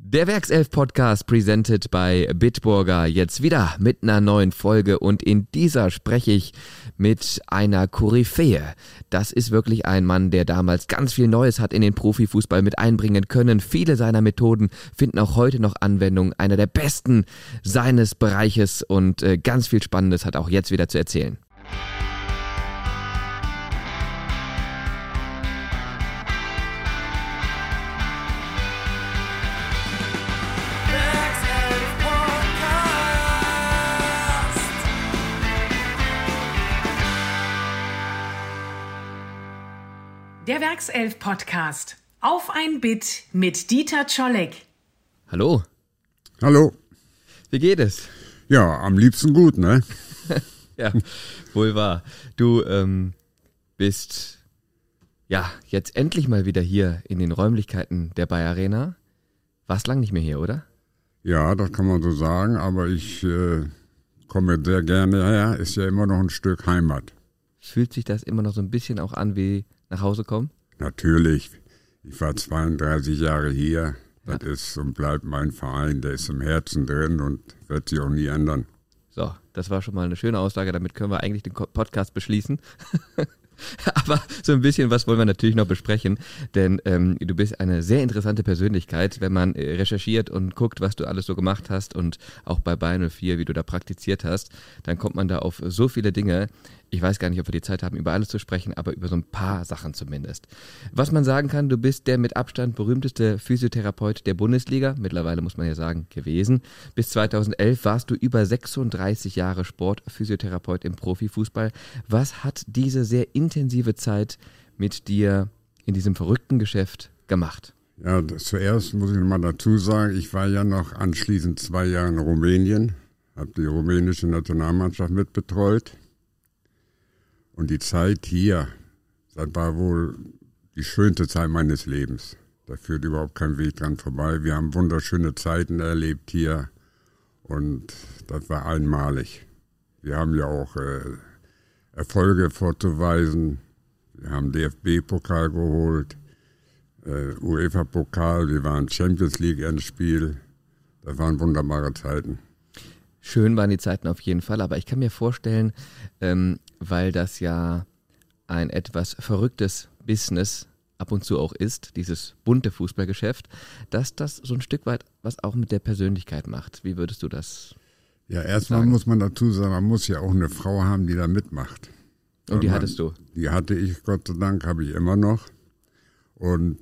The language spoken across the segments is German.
Der Werkself-Podcast presented by Bitburger jetzt wieder mit einer neuen Folge und in dieser spreche ich mit einer Koryphäe. Das ist wirklich ein Mann, der damals ganz viel Neues hat in den Profifußball mit einbringen können. Viele seiner Methoden finden auch heute noch Anwendung. Einer der besten seines Bereiches und ganz viel Spannendes hat auch jetzt wieder zu erzählen. Der Werkself-Podcast. Auf ein Bit mit Dieter Czolek. Hallo. Hallo. Wie geht es? Ja, am liebsten gut, ne? Ja, wohl wahr. Du bist ja jetzt endlich mal wieder hier in den Räumlichkeiten der Bayer Arena. Warst lang nicht mehr hier, oder? Ja, das kann man so sagen, aber ich komme sehr gerne her. Ist ja immer noch ein Stück Heimat. Fühlt sich das immer noch so ein bisschen auch an wie nach Hause kommen? Natürlich. Ich war 32 Jahre hier. Das ist und bleibt mein Verein. Der ist im Herzen drin und wird sich auch nie ändern. So, das war schon mal eine schöne Aussage. Damit können wir eigentlich den Podcast beschließen. Aber so ein bisschen was wollen wir natürlich noch besprechen, denn du bist eine sehr interessante Persönlichkeit, wenn man recherchiert und guckt, was du alles so gemacht hast und auch bei Bayern 04, wie du da praktiziert hast, dann kommt man da auf so viele Dinge. Ich weiß gar nicht, ob wir die Zeit haben, über alles zu sprechen, aber über so ein paar Sachen zumindest. Was man sagen kann, du bist der mit Abstand berühmteste Physiotherapeut der Bundesliga, mittlerweile muss man ja sagen, gewesen. Bis 2011 warst du über 36 Jahre Sportphysiotherapeut im Profifußball. Was hat diese sehr intensive Zeit mit dir in diesem verrückten Geschäft gemacht? Ja, zuerst muss ich noch mal dazu sagen, ich war ja noch anschließend 2 Jahre in Rumänien, habe die rumänische Nationalmannschaft mitbetreut. Und die Zeit hier, das war wohl die schönste Zeit meines Lebens. Da führt überhaupt kein Weg dran vorbei. Wir haben wunderschöne Zeiten erlebt hier und das war einmalig. Wir haben ja auch Erfolge vorzuweisen. Wir haben DFB-Pokal geholt, UEFA-Pokal, wir waren Champions League-Endspiel. Das waren wunderbare Zeiten. Schön waren die Zeiten auf jeden Fall, aber ich kann mir vorstellen, weil das ja ein etwas verrücktes Business ab und zu auch ist, dieses bunte Fußballgeschäft, dass das so ein Stück weit was auch mit der Persönlichkeit macht. Wie würdest du das Ja, erstmal sagen? muss man dazu sagen, man muss ja auch eine Frau haben, die da mitmacht. Und die hattest du? Die hatte ich, Gott sei Dank, habe ich immer noch. Und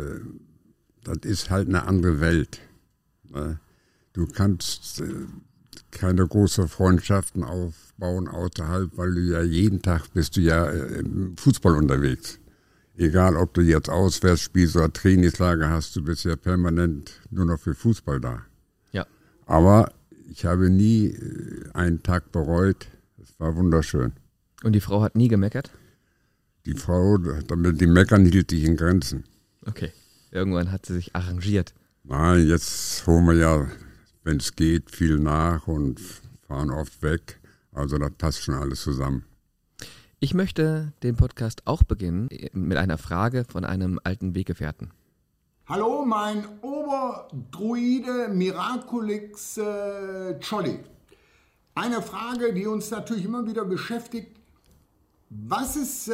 das ist halt eine andere Welt. Ne? Du kannst keine großen Freundschaften aufbauen außerhalb, weil du ja jeden Tag bist du ja im Fußball unterwegs. Egal, ob du jetzt auswärts spielst oder Trainingslager hast, du bist ja permanent nur noch für Fußball da. Ja. Aber ich habe nie einen Tag bereut. Es war wunderschön. Und die Frau hat nie gemeckert? Die Frau, damit die Meckern hielt sich in Grenzen. Okay. Irgendwann hat sie sich arrangiert. Nein, jetzt holen wir ja, wenn es geht, viel nach und fahren oft weg. Also das passt schon alles zusammen. Ich möchte den Podcast auch beginnen mit einer Frage von einem alten Weggefährten. Hallo, mein Oberdruide Miraculix Czolek. Eine Frage, die uns natürlich immer wieder beschäftigt. Was ist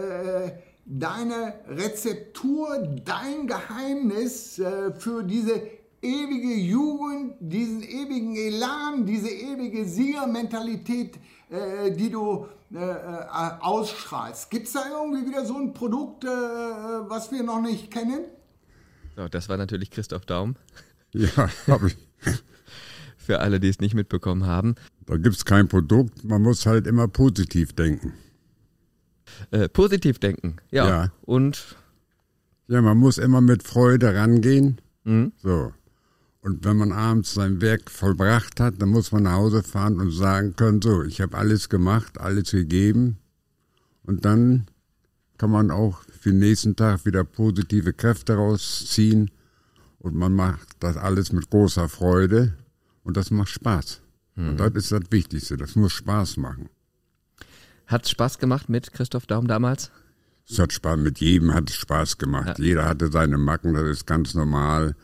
deine Rezeptur, dein Geheimnis für diese ewige Jugend, diesen ewigen Elan, diese ewige Siegermentalität, die du ausstrahlst? Gibt es da irgendwie wieder so ein Produkt, was wir noch nicht kennen? So, das war natürlich Christoph Daum. Ja, habe ich. Für alle, die es nicht mitbekommen haben. Da gibt es kein Produkt, man muss halt immer positiv denken. Positiv denken, ja. Ja. Und? Ja, man muss immer mit Freude rangehen. Mhm. So. Und wenn man abends sein Werk vollbracht hat, dann muss man nach Hause fahren und sagen können, so, ich habe alles gemacht, alles gegeben. Und dann kann man auch für den nächsten Tag wieder positive Kräfte rausziehen. Und man macht das alles mit großer Freude. Und das macht Spaß. Und das ist das Wichtigste, das muss Spaß machen. Hat es Spaß gemacht mit Christoph Daum damals? Es hat Spaß, mit jedem hat es Spaß gemacht. Ja. Jeder hatte seine Macken, das ist ganz normal.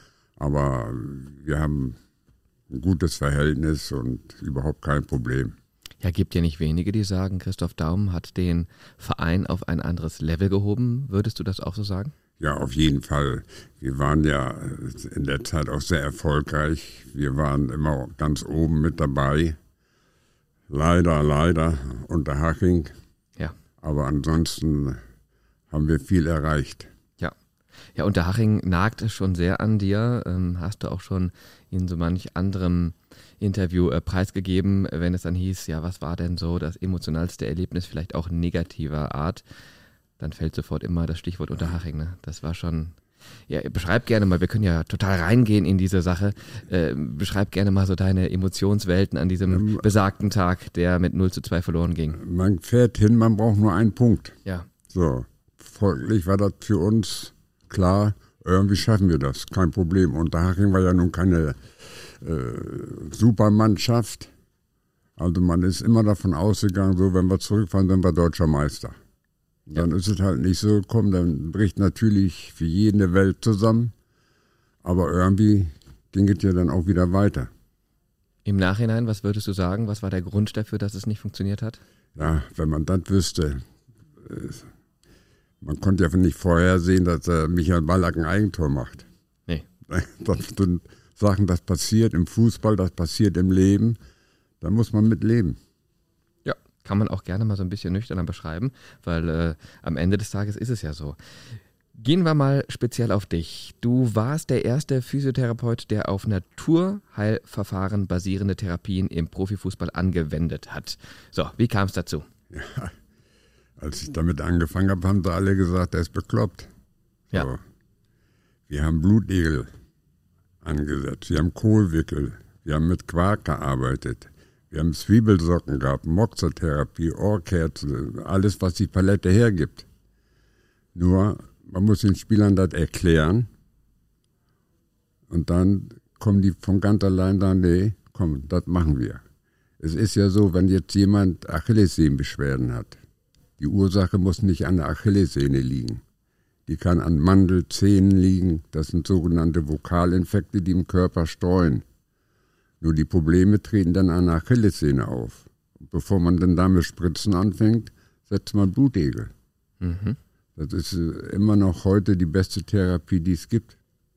Aber wir haben ein gutes Verhältnis und überhaupt kein Problem. Ja, gibt ja nicht wenige, die sagen, Christoph Daum hat den Verein auf ein anderes Level gehoben. Würdest du das auch so sagen? Ja, auf jeden Fall. Wir waren ja in der Zeit auch sehr erfolgreich. Wir waren immer ganz oben mit dabei. Leider Unterhaching. Ja. Aber ansonsten haben wir viel erreicht. Ja, Unterhaching nagt schon sehr an dir. Hast du auch schon in so manch anderem Interview preisgegeben, wenn es dann hieß, ja, was war denn so das emotionalste Erlebnis, vielleicht auch negativer Art? Dann fällt sofort immer das Stichwort Unterhaching. Ne? Das war schon, ja, beschreib gerne mal, wir können ja total reingehen in diese Sache. Beschreib gerne mal so deine Emotionswelten an diesem besagten Tag, der mit 0:2 verloren ging. Man fährt hin, man braucht nur einen Punkt. Ja. So, folglich war das für uns klar, irgendwie schaffen wir das, kein Problem. Unterhaching war ja nun keine Supermannschaft. Also man ist immer davon ausgegangen, so wenn wir zurückfahren, sind wir deutscher Meister. Dann ist es halt nicht so gekommen, dann bricht natürlich für jeden eine Welt zusammen. Aber irgendwie ging es ja dann auch wieder weiter. Im Nachhinein, was würdest du sagen, was war der Grund dafür, dass es nicht funktioniert hat? Ja, wenn man das wüsste. Man konnte ja nicht vorhersehen, dass Michael Ballack ein Eigentor macht. Nee. Das sind Sachen, das passiert im Fußball, das passiert im Leben. Da muss man mit leben. Ja, kann man auch gerne mal so ein bisschen nüchterner beschreiben, weil am Ende des Tages ist es ja so. Gehen wir mal speziell auf dich. Du warst der erste Physiotherapeut, der auf Naturheilverfahren basierende Therapien im Profifußball angewendet hat. So, wie kam es dazu? Ja. Als ich damit angefangen habe, haben sie alle gesagt, der ist bekloppt. So. Ja. Wir haben Blutegel angesetzt, wir haben Kohlwickel, wir haben mit Quark gearbeitet, wir haben Zwiebelsocken gehabt, Moxotherapie, Ohrkerzen, alles, was die Palette hergibt. Nur, man muss den Spielern das erklären und dann kommen die von ganz allein da, nee, komm, das machen wir. Es ist ja so, wenn jetzt jemand Achillessehnenbeschwerden hat, die Ursache muss nicht an der Achillessehne liegen. Die kann an Mandelzähnen liegen. Das sind sogenannte Vokalinfekte, die im Körper streuen. Nur die Probleme treten dann an der Achillessehne auf. Bevor man dann damit Spritzen anfängt, setzt man Blutegel. Mhm. Das ist immer noch heute die beste Therapie, die es gibt.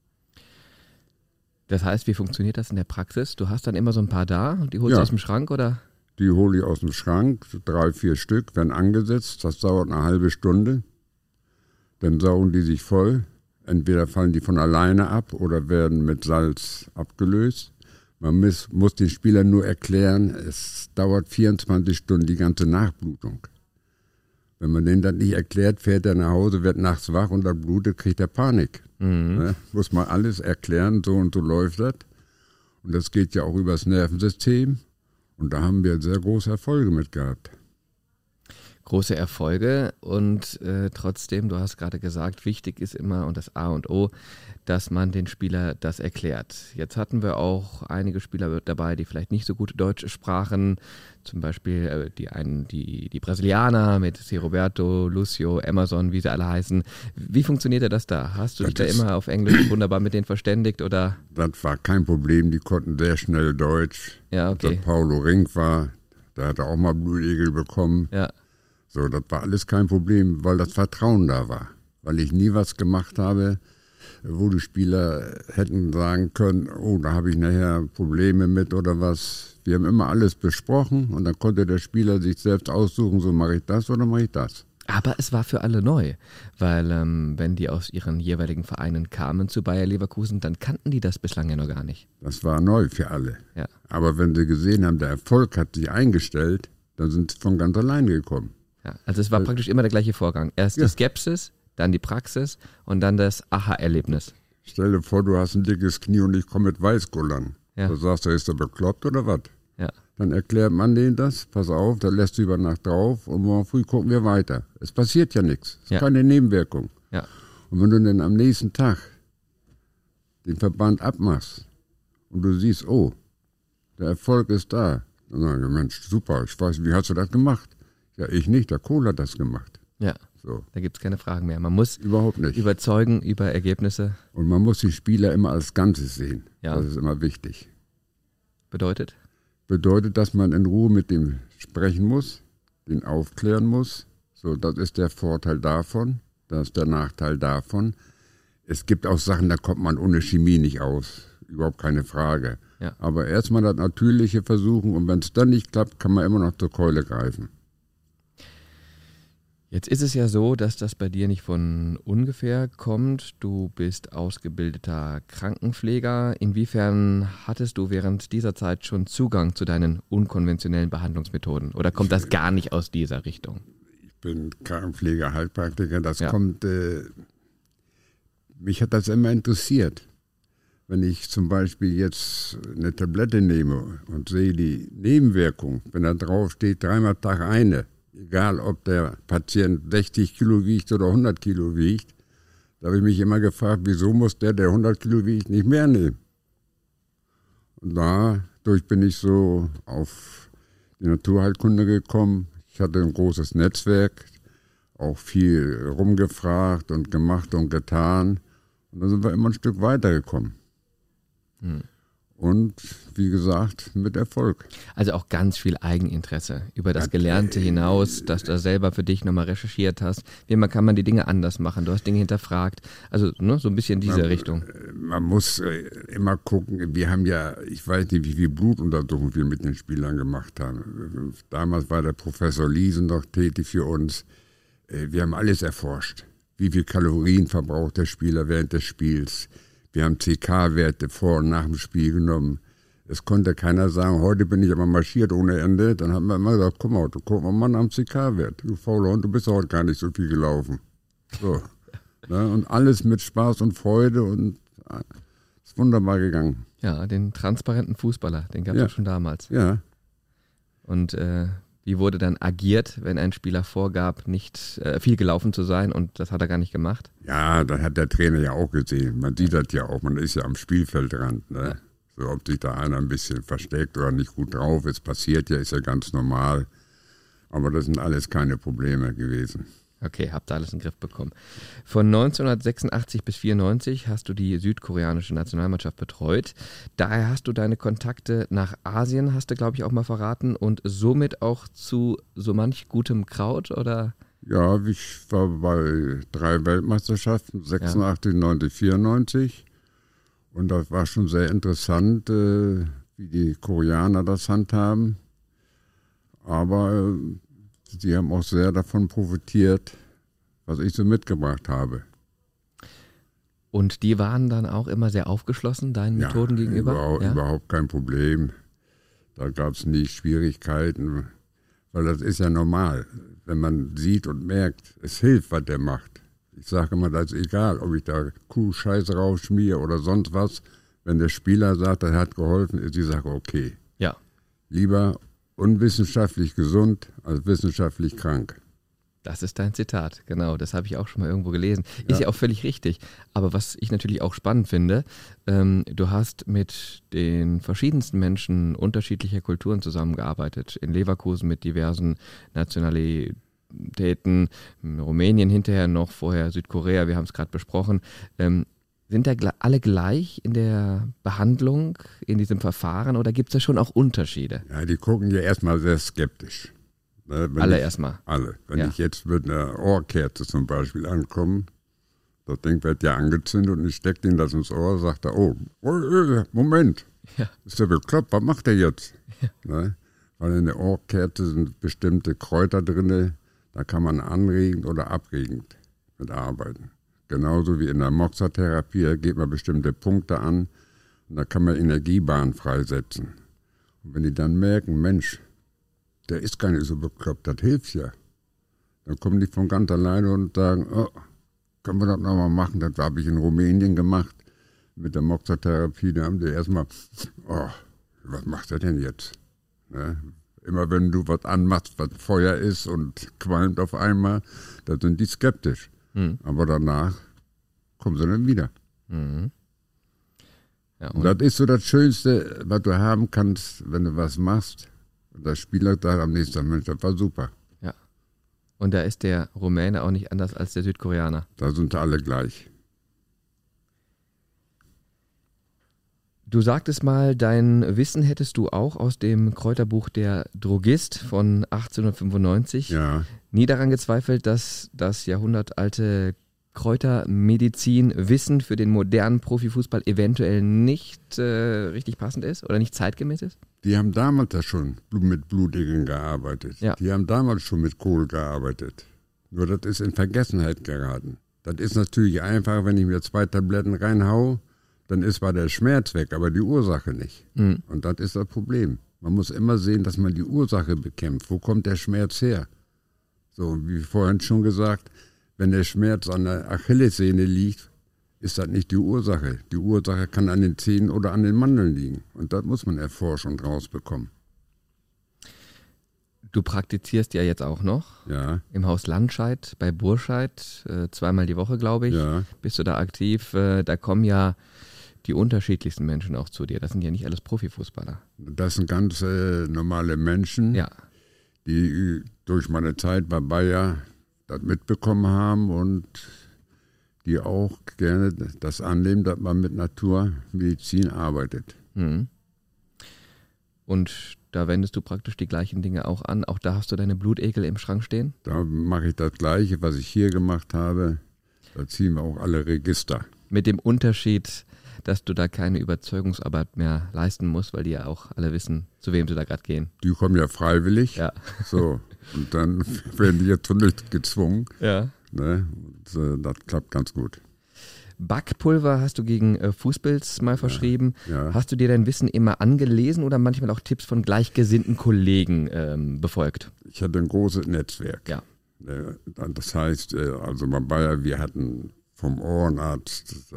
Das heißt, wie funktioniert das in der Praxis? Du hast dann immer so ein paar da und die holst du aus dem Schrank, oder? Die hole ich aus dem Schrank, 3, 4 Stück, werden angesetzt, das dauert eine halbe Stunde. Dann saugen die sich voll. Entweder fallen die von alleine ab oder werden mit Salz abgelöst. Man muss den Spielern nur erklären, es dauert 24 Stunden die ganze Nachblutung. Wenn man denen das nicht erklärt, fährt er nach Hause, wird nachts wach und dann blutet, kriegt er Panik. Ne? Muss man alles erklären, so und so läuft das. Und das geht ja auch übers Nervensystem. Und da haben wir sehr große Erfolge mit gehabt. Große Erfolge und trotzdem, du hast gerade gesagt, wichtig ist immer und das A und O, dass man den Spieler das erklärt. Jetzt hatten wir auch einige Spieler dabei, die vielleicht nicht so gut Deutsch sprachen, zum Beispiel die Brasilianer mit C. Roberto, Lucio, Emerson, wie sie alle heißen. Wie funktionierte das da? Hast du dich da immer auf Englisch wunderbar mit denen verständigt, oder? Das war kein Problem, die konnten sehr schnell Deutsch. Ja, okay. Der Paulo Rink war, der hatte auch mal Blutegel bekommen. Ja. So, das war alles kein Problem, weil das Vertrauen da war. Weil ich nie was gemacht habe, wo die Spieler hätten sagen können, oh, da habe ich nachher Probleme mit oder was. Wir haben immer alles besprochen und dann konnte der Spieler sich selbst aussuchen, so mache ich das oder mache ich das. Aber es war für alle neu, weil wenn die aus ihren jeweiligen Vereinen kamen zu Bayer Leverkusen, dann kannten die das bislang ja noch gar nicht. Das war neu für alle. Ja. Aber wenn sie gesehen haben, der Erfolg hat sich eingestellt, dann sind sie von ganz allein gekommen. Ja, also es war praktisch immer der gleiche Vorgang. Erst die Skepsis, dann die Praxis und dann das Aha-Erlebnis. Stell dir vor, du hast ein dickes Knie und ich komme mit Weißgold. Ja. Da sagst du, ist der bekloppt oder was? Ja. Dann erklärt man denen das, pass auf, da lässt du über Nacht drauf und morgen früh gucken wir weiter. Es passiert ja nichts, es ist keine Nebenwirkung. Ja. Und wenn du dann am nächsten Tag den Verband abmachst und du siehst, oh, der Erfolg ist da, dann sag ich, Mensch, super, ich weiß, wie hast du das gemacht? Ja, ich nicht, der Kohl hat das gemacht. Ja. So. Da gibt es keine Fragen mehr. Man muss Überhaupt nicht. überzeugen über Ergebnisse. Und man muss die Spieler immer als Ganzes sehen. Ja. Das ist immer wichtig. Bedeutet? Bedeutet, dass man in Ruhe mit dem sprechen muss, den aufklären muss. So, das ist der Vorteil davon, das ist der Nachteil davon. Es gibt auch Sachen, da kommt man ohne Chemie nicht aus. Überhaupt keine Frage. Ja. Aber erstmal das Natürliche versuchen und wenn es dann nicht klappt, kann man immer noch zur Keule greifen. Jetzt ist es ja so, dass das bei dir nicht von ungefähr kommt. Du bist ausgebildeter Krankenpfleger. Inwiefern hattest du während dieser Zeit schon Zugang zu deinen unkonventionellen Behandlungsmethoden? Oder kommt das gar nicht aus dieser Richtung? Ich bin Krankenpfleger, Heilpraktiker. Das Ja. kommt, mich hat das immer interessiert. Wenn ich zum Beispiel jetzt eine Tablette nehme und sehe die Nebenwirkung, wenn da drauf steht, 3-mal am Tag eine, egal ob der Patient 60 Kilo wiegt oder 100 Kilo wiegt, da habe ich mich immer gefragt, wieso muss der 100 Kilo wiegt, nicht mehr nehmen? Und dadurch bin ich so auf die Naturheilkunde gekommen. Ich hatte ein großes Netzwerk, auch viel rumgefragt und gemacht und getan. Und dann sind wir immer ein Stück weitergekommen. Und wie gesagt, mit Erfolg. Also auch ganz viel Eigeninteresse über das Gelernte hinaus, dass du selber für dich nochmal recherchiert hast. Wie kann man die Dinge anders machen? Du hast Dinge hinterfragt. Also so ein bisschen diese Richtung. Man muss immer gucken, wir haben ja, ich weiß nicht, wie viel Blutuntersuchungen wir mit den Spielern gemacht haben. Damals war der Professor Liesen noch tätig für uns. Wir haben alles erforscht. Wie viel Kalorien verbraucht der Spieler während des Spiels? Wir haben CK-Werte vor und nach dem Spiel genommen. Es konnte keiner sagen, heute bin ich aber marschiert ohne Ende. Dann haben wir immer gesagt, guck mal Mann am CK-Wert. Du fauler Hund, du bist heute gar nicht so viel gelaufen. So. Ne? Und alles mit Spaß und Freude und ist wunderbar gegangen. Ja, den transparenten Fußballer, den gab es schon damals. Ja. Und wie wurde dann agiert, wenn ein Spieler vorgab, nicht viel gelaufen zu sein und das hat er gar nicht gemacht? Ja, das hat der Trainer ja auch gesehen. Man sieht das ja auch, man ist ja am Spielfeldrand. Ne? Ja. So, ob sich da einer ein bisschen versteckt oder nicht gut drauf ist, passiert ja, ist ja ganz normal. Aber das sind alles keine Probleme gewesen. Okay, habt ihr alles in den Griff bekommen. Von 1986 bis 1994 hast du die südkoreanische Nationalmannschaft betreut. Daher hast du deine Kontakte nach Asien, hast du, glaube ich, auch mal verraten, und somit auch zu so manch gutem Kraut, oder? Ja, ich war bei 3 Weltmeisterschaften, 86, 90, 94. Und das war schon sehr interessant, wie die Koreaner das handhaben. Aber sie haben auch sehr davon profitiert, was ich so mitgebracht habe. Und die waren dann auch immer sehr aufgeschlossen deinen Methoden gegenüber? Überhaupt kein Problem. Da gab es nie Schwierigkeiten, weil das ist ja normal. Wenn man sieht und merkt, es hilft, was der macht. Ich sage immer, das ist egal, ob ich da Kuhscheiße rausschmiere oder sonst was. Wenn der Spieler sagt, das hat geholfen, ist die Sache okay. Ja. Lieber unwissenschaftlich gesund als wissenschaftlich krank. Das ist dein Zitat, genau. Das habe ich auch schon mal irgendwo gelesen. Ist ja auch völlig richtig. Aber was ich natürlich auch spannend finde, du hast mit den verschiedensten Menschen unterschiedlicher Kulturen zusammengearbeitet. In Leverkusen mit diversen Nationalitäten, in Rumänien hinterher noch, vorher Südkorea, wir haben es gerade besprochen. Sind da alle gleich in der Behandlung, in diesem Verfahren, oder gibt es da schon auch Unterschiede? Ja, die gucken ja erstmal sehr skeptisch. Ne, alle erstmal? Alle. Wenn ich jetzt mit einer Ohrkerze zum Beispiel ankomme, das Ding wird ja angezündet und ich stecke denen das ins Ohr, sagt er, Moment, ist der bekloppt, was macht der jetzt? Ja. Ne? Weil in der Ohrkerze sind bestimmte Kräuter drin, da kann man anregend oder abregend mitarbeiten. Genauso wie in der Moxa-Therapie, da geht man bestimmte Punkte an und da kann man Energiebahnen freisetzen. Und wenn die dann merken, Mensch, der ist gar nicht so bekloppt, das hilft ja. Dann kommen die von ganz alleine und sagen, können wir das nochmal machen? Das habe ich in Rumänien gemacht mit der Moxa-Therapie. Da haben die erstmal, was macht er denn jetzt? Ne? Immer wenn du was anmachst, was Feuer ist und qualmt auf einmal, da sind die skeptisch. Aber danach kommen sie dann wieder. Mhm. Ja, und das ist so das Schönste, was du haben kannst, wenn du was machst. Und der Spieler sagt am nächsten Tag, Mensch, das war super. Ja. Und da ist der Rumäne auch nicht anders als der Südkoreaner. Da sind alle gleich. Du sagtest mal, dein Wissen hättest du auch aus dem Kräuterbuch Der Drogist von 1895. Ja, Nie daran gezweifelt, dass das jahrhundertalte Kräutermedizin-Wissen für den modernen Profifußball eventuell nicht richtig passend ist oder nicht zeitgemäß ist? die haben damals ja schon mit Blutegeln gearbeitet. Ja. Die haben damals schon mit Kohl gearbeitet. Nur das ist in Vergessenheit geraten. Das ist natürlich einfach, wenn ich mir 2 Tabletten reinhau, dann ist zwar der Schmerz weg, aber die Ursache nicht. Mhm. Und das ist das Problem. Man muss immer sehen, dass man die Ursache bekämpft. Wo kommt der Schmerz her? So, wie vorhin schon gesagt, wenn der Schmerz an der Achillessehne liegt, ist das nicht die Ursache. Die Ursache kann an den Zähnen oder an den Mandeln liegen. Und das muss man erforschen und rausbekommen. Du praktizierst ja jetzt auch noch Ja, im Haus Landscheid bei Burscheid, 2-mal die Woche, glaube ich. ja. Bist du da aktiv? Da kommen ja die unterschiedlichsten Menschen auch zu dir. Das sind ja nicht alles Profifußballer. Das sind ganz normale Menschen, Ja. die durch meine Zeit bei Bayer das mitbekommen haben und die auch gerne das annehmen, dass man mit Naturmedizin arbeitet. Mhm. Und da wendest du praktisch die gleichen Dinge auch an. Auch da hast du deine Blutegel im Schrank stehen? Da mache ich das Gleiche, was ich hier gemacht habe. Da ziehen wir auch alle Register. Mit dem Unterschied, dass du da keine Überzeugungsarbeit mehr leisten musst, weil die ja auch alle wissen, zu wem sie da gerade gehen. Die kommen ja freiwillig. Ja. So, und dann werden die jetzt nicht gezwungen. Ja. Ne? Und, das klappt ganz gut. Backpulver hast du gegen Fußpilz mal verschrieben. Ja. Hast du dir dein Wissen immer angelesen oder manchmal auch Tipps von gleichgesinnten Kollegen befolgt? Ich hatte ein großes Netzwerk. Ja. Das heißt, also bei Bayer, wir hatten vom Ohrenarzt,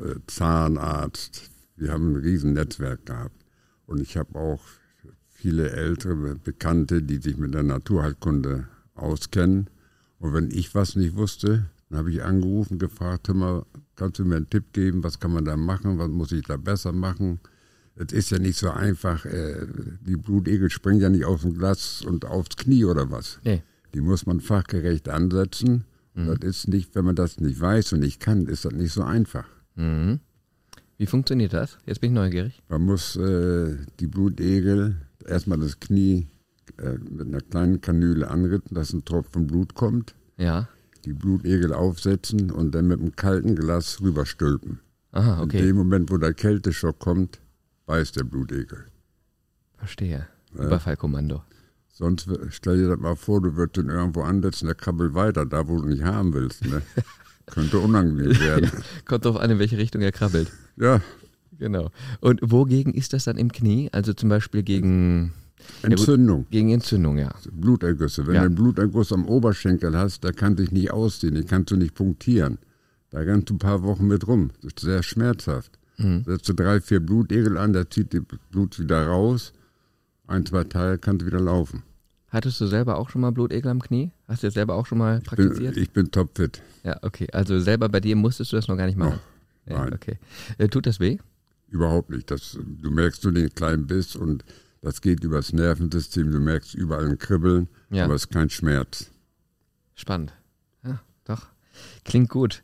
Zahnarzt, wir haben ein riesen Netzwerk gehabt. Und ich habe auch viele ältere Bekannte, die sich mit der Naturheilkunde auskennen. Und wenn ich was nicht wusste, dann habe ich angerufen, gefragt, hör mal, kannst du mir einen Tipp geben, was kann man da machen, was muss ich da besser machen? Es ist ja nicht so einfach, die Blutegel springen ja nicht aus dem Glas und aufs Knie oder was. Nee. Die muss man fachgerecht ansetzen. Das ist nicht, wenn man das nicht weiß und nicht kann, ist das nicht so einfach. Mhm. Wie funktioniert das? Jetzt bin ich neugierig. Man muss die Blutegel erstmal das Knie mit einer kleinen Kanüle anrichten, dass ein Tropfen Blut kommt. Ja. Die Blutegel aufsetzen und dann mit einem kalten Glas rüberstülpen. Aha, okay. In dem Moment, wo der Kälteschock kommt, beißt der Blutegel. Verstehe. Überfallkommando. Sonst stell dir das mal vor, du würdest ihn irgendwo ansetzen, der krabbelt weiter, da wo du nicht haben willst. Ne? Könnte unangenehm werden. Kommt drauf an, in welche Richtung er krabbelt. Ja, Genau. Und wogegen ist das dann im Knie? Also zum Beispiel gegen Entzündung. Gegen Entzündung, ja. Blutergüsse. Wenn Ja. du einen Bluterguss am Oberschenkel hast, der kann sich nicht ausziehen, den kannst du nicht punktieren. Da rennst du ein paar Wochen mit rum. Das ist sehr schmerzhaft. Setzt du 3, 4 Blutegel an, der zieht das Blut wieder raus. 1, 2 Tage kannst du wieder laufen. Hattest du selber auch schon mal Blutegel am Knie? Hast du das selber auch schon mal praktiziert? Ich bin topfit. Ja, okay. Also selber bei dir musstest du das noch gar nicht machen? Oh, Ja, nein. okay. Tut das weh? Überhaupt nicht. Du merkst nur den kleinen Biss und das geht übers Nervensystem. Du merkst überall ein Kribbeln, Ja. aber es ist kein Schmerz. Spannend. Ja, doch. Klingt gut.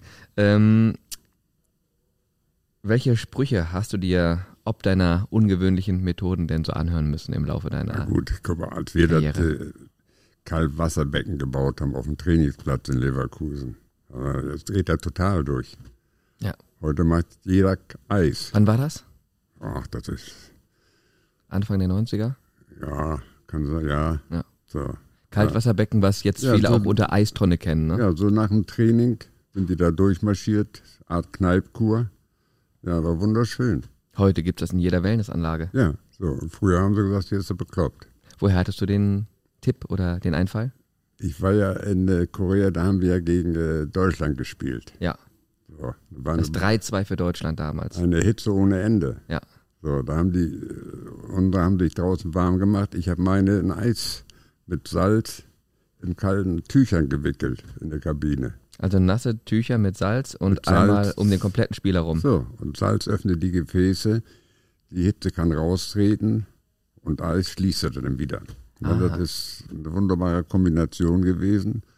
Welche Sprüche hast du dir ob deiner ungewöhnlichen Methoden denn so anhören müssen im Laufe Na deiner gut, guck mal, als wir das Karriere? Kaltwasserbecken gebaut haben auf dem Trainingsplatz in Leverkusen, das dreht er total durch. Ja. Heute macht jeder Eis. Wann war das? Ach, das ist, Anfang der 90er? ja, kann sein, ja. Ja. So. Kaltwasserbecken, was jetzt Ja, viele so- auch unter Eistonne kennen, ne? Ja, so nach dem Training sind die da durchmarschiert, Art Kneipkur. Ja, war wunderschön. Heute gibt es das in jeder Wellnessanlage. Ja, so. Und früher haben sie gesagt, hier ist er bekloppt. Woher hattest du den Tipp oder den Einfall? Ich war ja in Korea, da haben wir ja gegen Deutschland gespielt. Ja, So, war das 3-2 für Deutschland damals. eine Hitze ohne Ende. Ja. So, da haben die, andere haben sich draußen warm gemacht. Ich habe meine in Eis mit Salz in kalten Tüchern gewickelt in der Kabine. Also nasse Tücher mit Salz und Mit Salz. einmal um den kompletten Spieler rum. So, und Salz öffnet die Gefäße, die Hitze kann raustreten und Eis schließt er dann wieder. Ja, Aha. das ist eine wunderbare Kombination gewesen.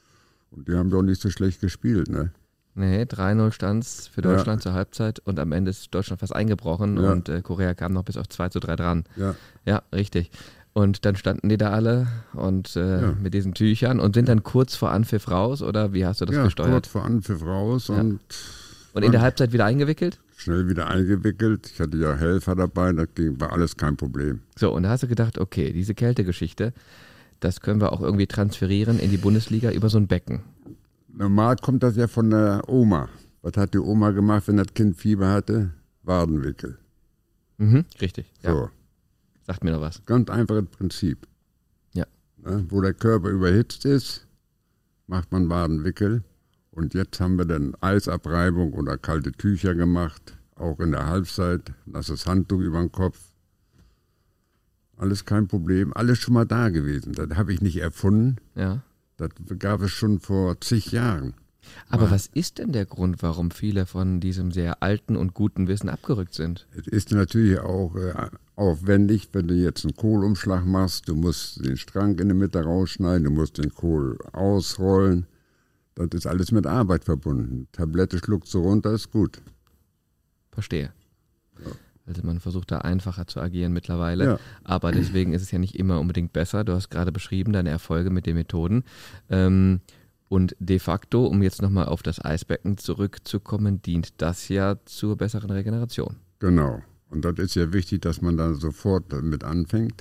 Und die haben doch nicht so schlecht gespielt, ne? Nee, 3-0 stand's für Deutschland zur Halbzeit und am Ende ist Deutschland fast eingebrochen und Korea kam noch bis auf 2:3 dran. Ja, richtig. Und dann standen die da alle und mit diesen Tüchern und sind dann kurz vor Anpfiff raus oder wie hast du das gesteuert? Ja, kurz vor Anpfiff raus und in der Halbzeit wieder eingewickelt? Schnell wieder eingewickelt. Ich hatte ja Helfer dabei, war alles kein Problem. So, und da hast du gedacht, okay, diese Kältegeschichte, das können wir auch irgendwie transferieren in die Bundesliga über so ein Becken. Normal kommt das ja von der Oma. Was hat die Oma gemacht, wenn das Kind Fieber hatte? Wadenwickel. Mhm, richtig, ja. So. Sagt mir noch was. Ganz einfaches Prinzip. Ja. Wo der Körper überhitzt ist, macht man Wadenwickel. Und jetzt haben wir dann Eisabreibung oder kalte Tücher gemacht, auch in der Halbzeit, nasses Handtuch über den Kopf. Alles kein Problem, alles schon mal da gewesen. Das habe ich nicht erfunden. Ja. Das gab es schon vor zig Jahren. Aber was ist denn der Grund, warum viele von diesem sehr alten und guten Wissen abgerückt sind? Es ist natürlich auch aufwendig, wenn du jetzt einen Kohlumschlag machst. Du musst den Strang in der Mitte rausschneiden, du musst den Kohl ausrollen. Das ist alles mit Arbeit verbunden. Tablette schluckst du runter, ist gut. Verstehe. Ja. Also man versucht da einfacher zu agieren mittlerweile, aber deswegen ist es ja nicht immer unbedingt besser. Du hast gerade beschrieben, deine Erfolge mit den Methoden. Und de facto, um jetzt nochmal auf das Eisbecken zurückzukommen, dient das ja zur besseren Regeneration. Genau. Und das ist ja wichtig, dass man da sofort mit anfängt.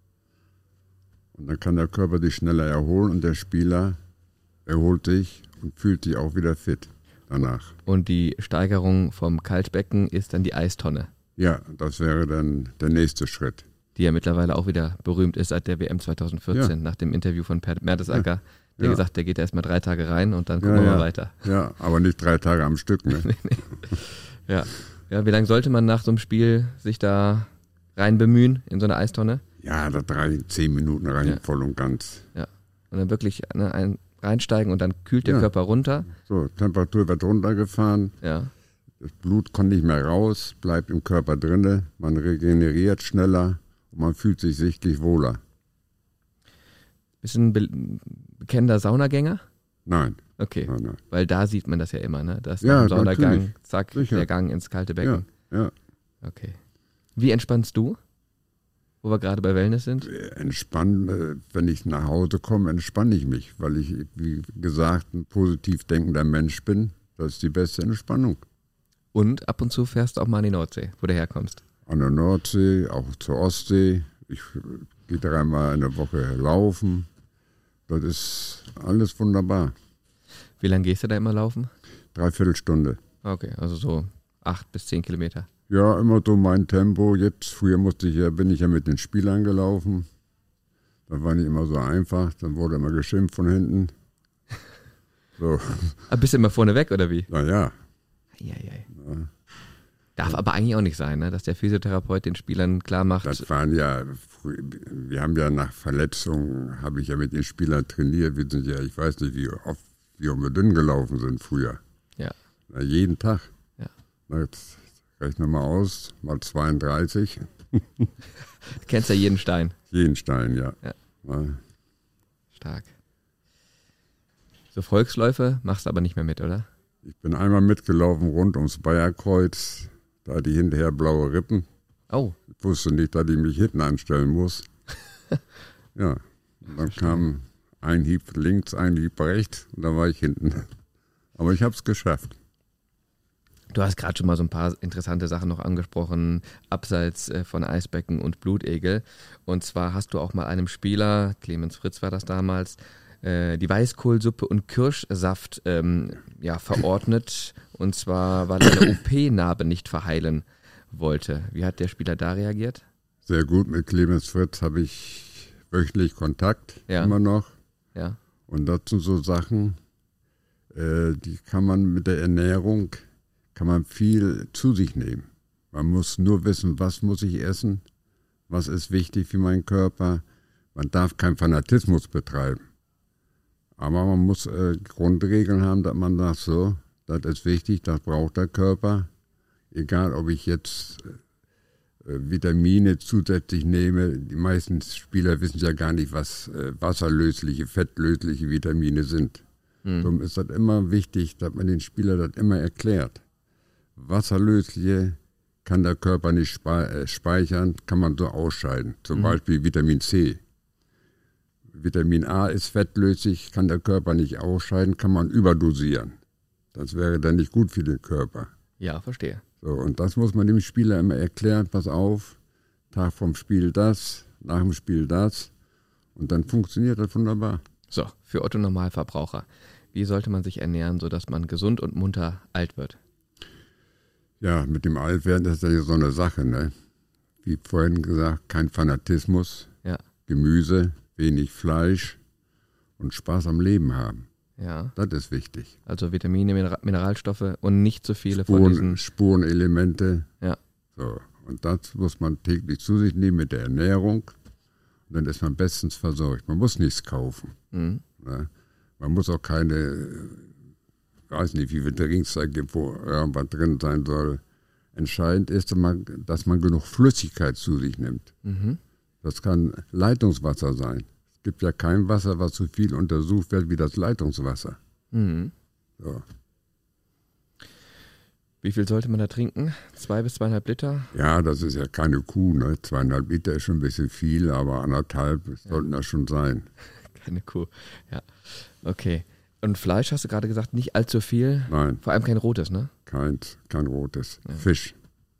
Und dann kann der Körper sich schneller erholen und der Spieler erholt sich und fühlt sich auch wieder fit danach. Und die Steigerung vom Kaltbecken ist dann die Eistonne. Ja, das wäre dann der nächste Schritt. Die ja mittlerweile auch wieder berühmt ist seit der WM 2014, nach dem Interview von Per Mertesacker. Der gesagt, der geht erst mal 3 Tage rein und dann gucken wir mal weiter. Ja, aber nicht 3 Tage am Stück, ne? Ja, wie lange sollte man nach so einem Spiel sich da rein bemühen in so eine Eistonne? Ja, da 10 Minuten rein, voll und ganz. Ja, und dann wirklich reinsteigen und dann kühlt der Körper runter. So, Temperatur wird runtergefahren. Ja. Das Blut kommt nicht mehr raus, bleibt im Körper drinne. Man regeneriert schneller und man fühlt sich sichtlich wohler. Bist du ein bekennender Saunagänger? Nein. Okay, nein. Weil da sieht man das ja immer, ne? Dass im Saunagang, natürlich. zack, Sicher. Der Gang ins kalte Becken. Ja. Okay. Wie entspannst du? Wo wir gerade bei Wellness sind? Entspannen, wenn ich nach Hause komme, entspanne ich mich, weil ich, wie gesagt, ein positiv denkender Mensch bin. Das ist die beste Entspannung. Und ab und zu fährst du auch mal an die Nordsee, wo du herkommst. An der Nordsee, auch zur Ostsee. Ich gehe 3-mal in der Woche laufen. Das ist alles wunderbar. Wie lange gehst du da immer laufen? 3/4 Stunde. Okay, also so 8 bis 10 Kilometer. Ja, immer so mein Tempo. Früher bin ich ja mit den Spielern gelaufen. Das war nicht immer so einfach. Dann wurde immer geschimpft von hinten. So. Bist du immer vorne weg, oder wie? Naja. Ja. Darf aber eigentlich auch nicht sein, ne? Dass der Physiotherapeut den Spielern klar macht. Das waren wir haben ja nach Verletzungen, habe ich ja mit den Spielern trainiert. Wir sind ja, ich weiß nicht, wie oft wir um dünn gelaufen sind früher. Ja. Jeden Tag. Ja. Jetzt rechne mal aus, mal 32. Du kennst ja jeden Stein. Jeden Stein, ja. Stark. So Volksläufe machst du aber nicht mehr mit, oder? Ich bin einmal mitgelaufen rund ums Bayerkreuz. Da hatte ich hinterher blaue Rippen. Oh. Ich wusste nicht, dass ich mich hinten anstellen muss. Ja, und dann kam ein Hieb links, ein Hieb rechts und dann war ich hinten. Aber ich habe es geschafft. Du hast gerade schon mal so ein paar interessante Sachen noch angesprochen, abseits von Eisbecken und Blutegel. Und zwar hast du auch mal einem Spieler, Clemens Fritz war das damals, die Weißkohlsuppe und Kirschsaft verordnet. Und zwar, weil er eine OP-Narbe nicht verheilen wollte. Wie hat der Spieler da reagiert? Sehr gut, mit Clemens Fritz habe ich wöchentlich Kontakt, immer noch. Ja. Und das sind so Sachen, die kann man mit der Ernährung, kann man viel zu sich nehmen. Man muss nur wissen, was muss ich essen, was ist wichtig für meinen Körper. Man darf keinen Fanatismus betreiben. Aber man muss Grundregeln haben, dass man sagt, so, das ist wichtig, das braucht der Körper. Egal, ob ich jetzt Vitamine zusätzlich nehme. Die meisten Spieler wissen ja gar nicht, was wasserlösliche, fettlösliche Vitamine sind. Darum ist das immer wichtig, dass man den Spieler das immer erklärt. Wasserlösliche kann der Körper nicht speichern, kann man so ausscheiden. Zum Beispiel Vitamin C. Vitamin A ist fettlöslich, kann der Körper nicht ausscheiden, kann man überdosieren. Das wäre dann nicht gut für den Körper. Ja, verstehe. So, und das muss man dem Spieler immer erklären, pass auf, Tag vom Spiel das, nach dem Spiel das. Und dann funktioniert das wunderbar. So, für Otto Normalverbraucher. Wie sollte man sich ernähren, sodass man gesund und munter alt wird? Ja, mit dem Altwerden ist das ja so eine Sache, ne? Wie vorhin gesagt, kein Fanatismus, Ja, Gemüse, wenig Fleisch und Spaß am Leben haben. ja. Das ist wichtig. Also Vitamine, Mineralstoffe und nicht so viele von diesen... Spurenelemente. Ja, So. Und das muss man täglich zu sich nehmen mit der Ernährung. Und dann ist man bestens versorgt. Man muss nichts kaufen. Ne? Man muss auch keine, weiß nicht, wie viel Trinkzeit gibt, wo irgendwas drin sein soll. Entscheidend ist, dass man genug Flüssigkeit zu sich nimmt. Das kann Leitungswasser sein. Es gibt ja kein Wasser, was so viel untersucht wird wie das Leitungswasser. So. Wie viel sollte man da trinken? 2 bis 2,5 Liter? Ja, das ist ja keine Kuh. Ne? 2,5 Liter ist schon ein bisschen viel, aber 1,5 sollten das schon sein. Keine Kuh, ja. Okay. Und Fleisch, hast du gerade gesagt, nicht allzu viel? Nein. Vor allem kein rotes, ne? Kein rotes. Ja. Fisch.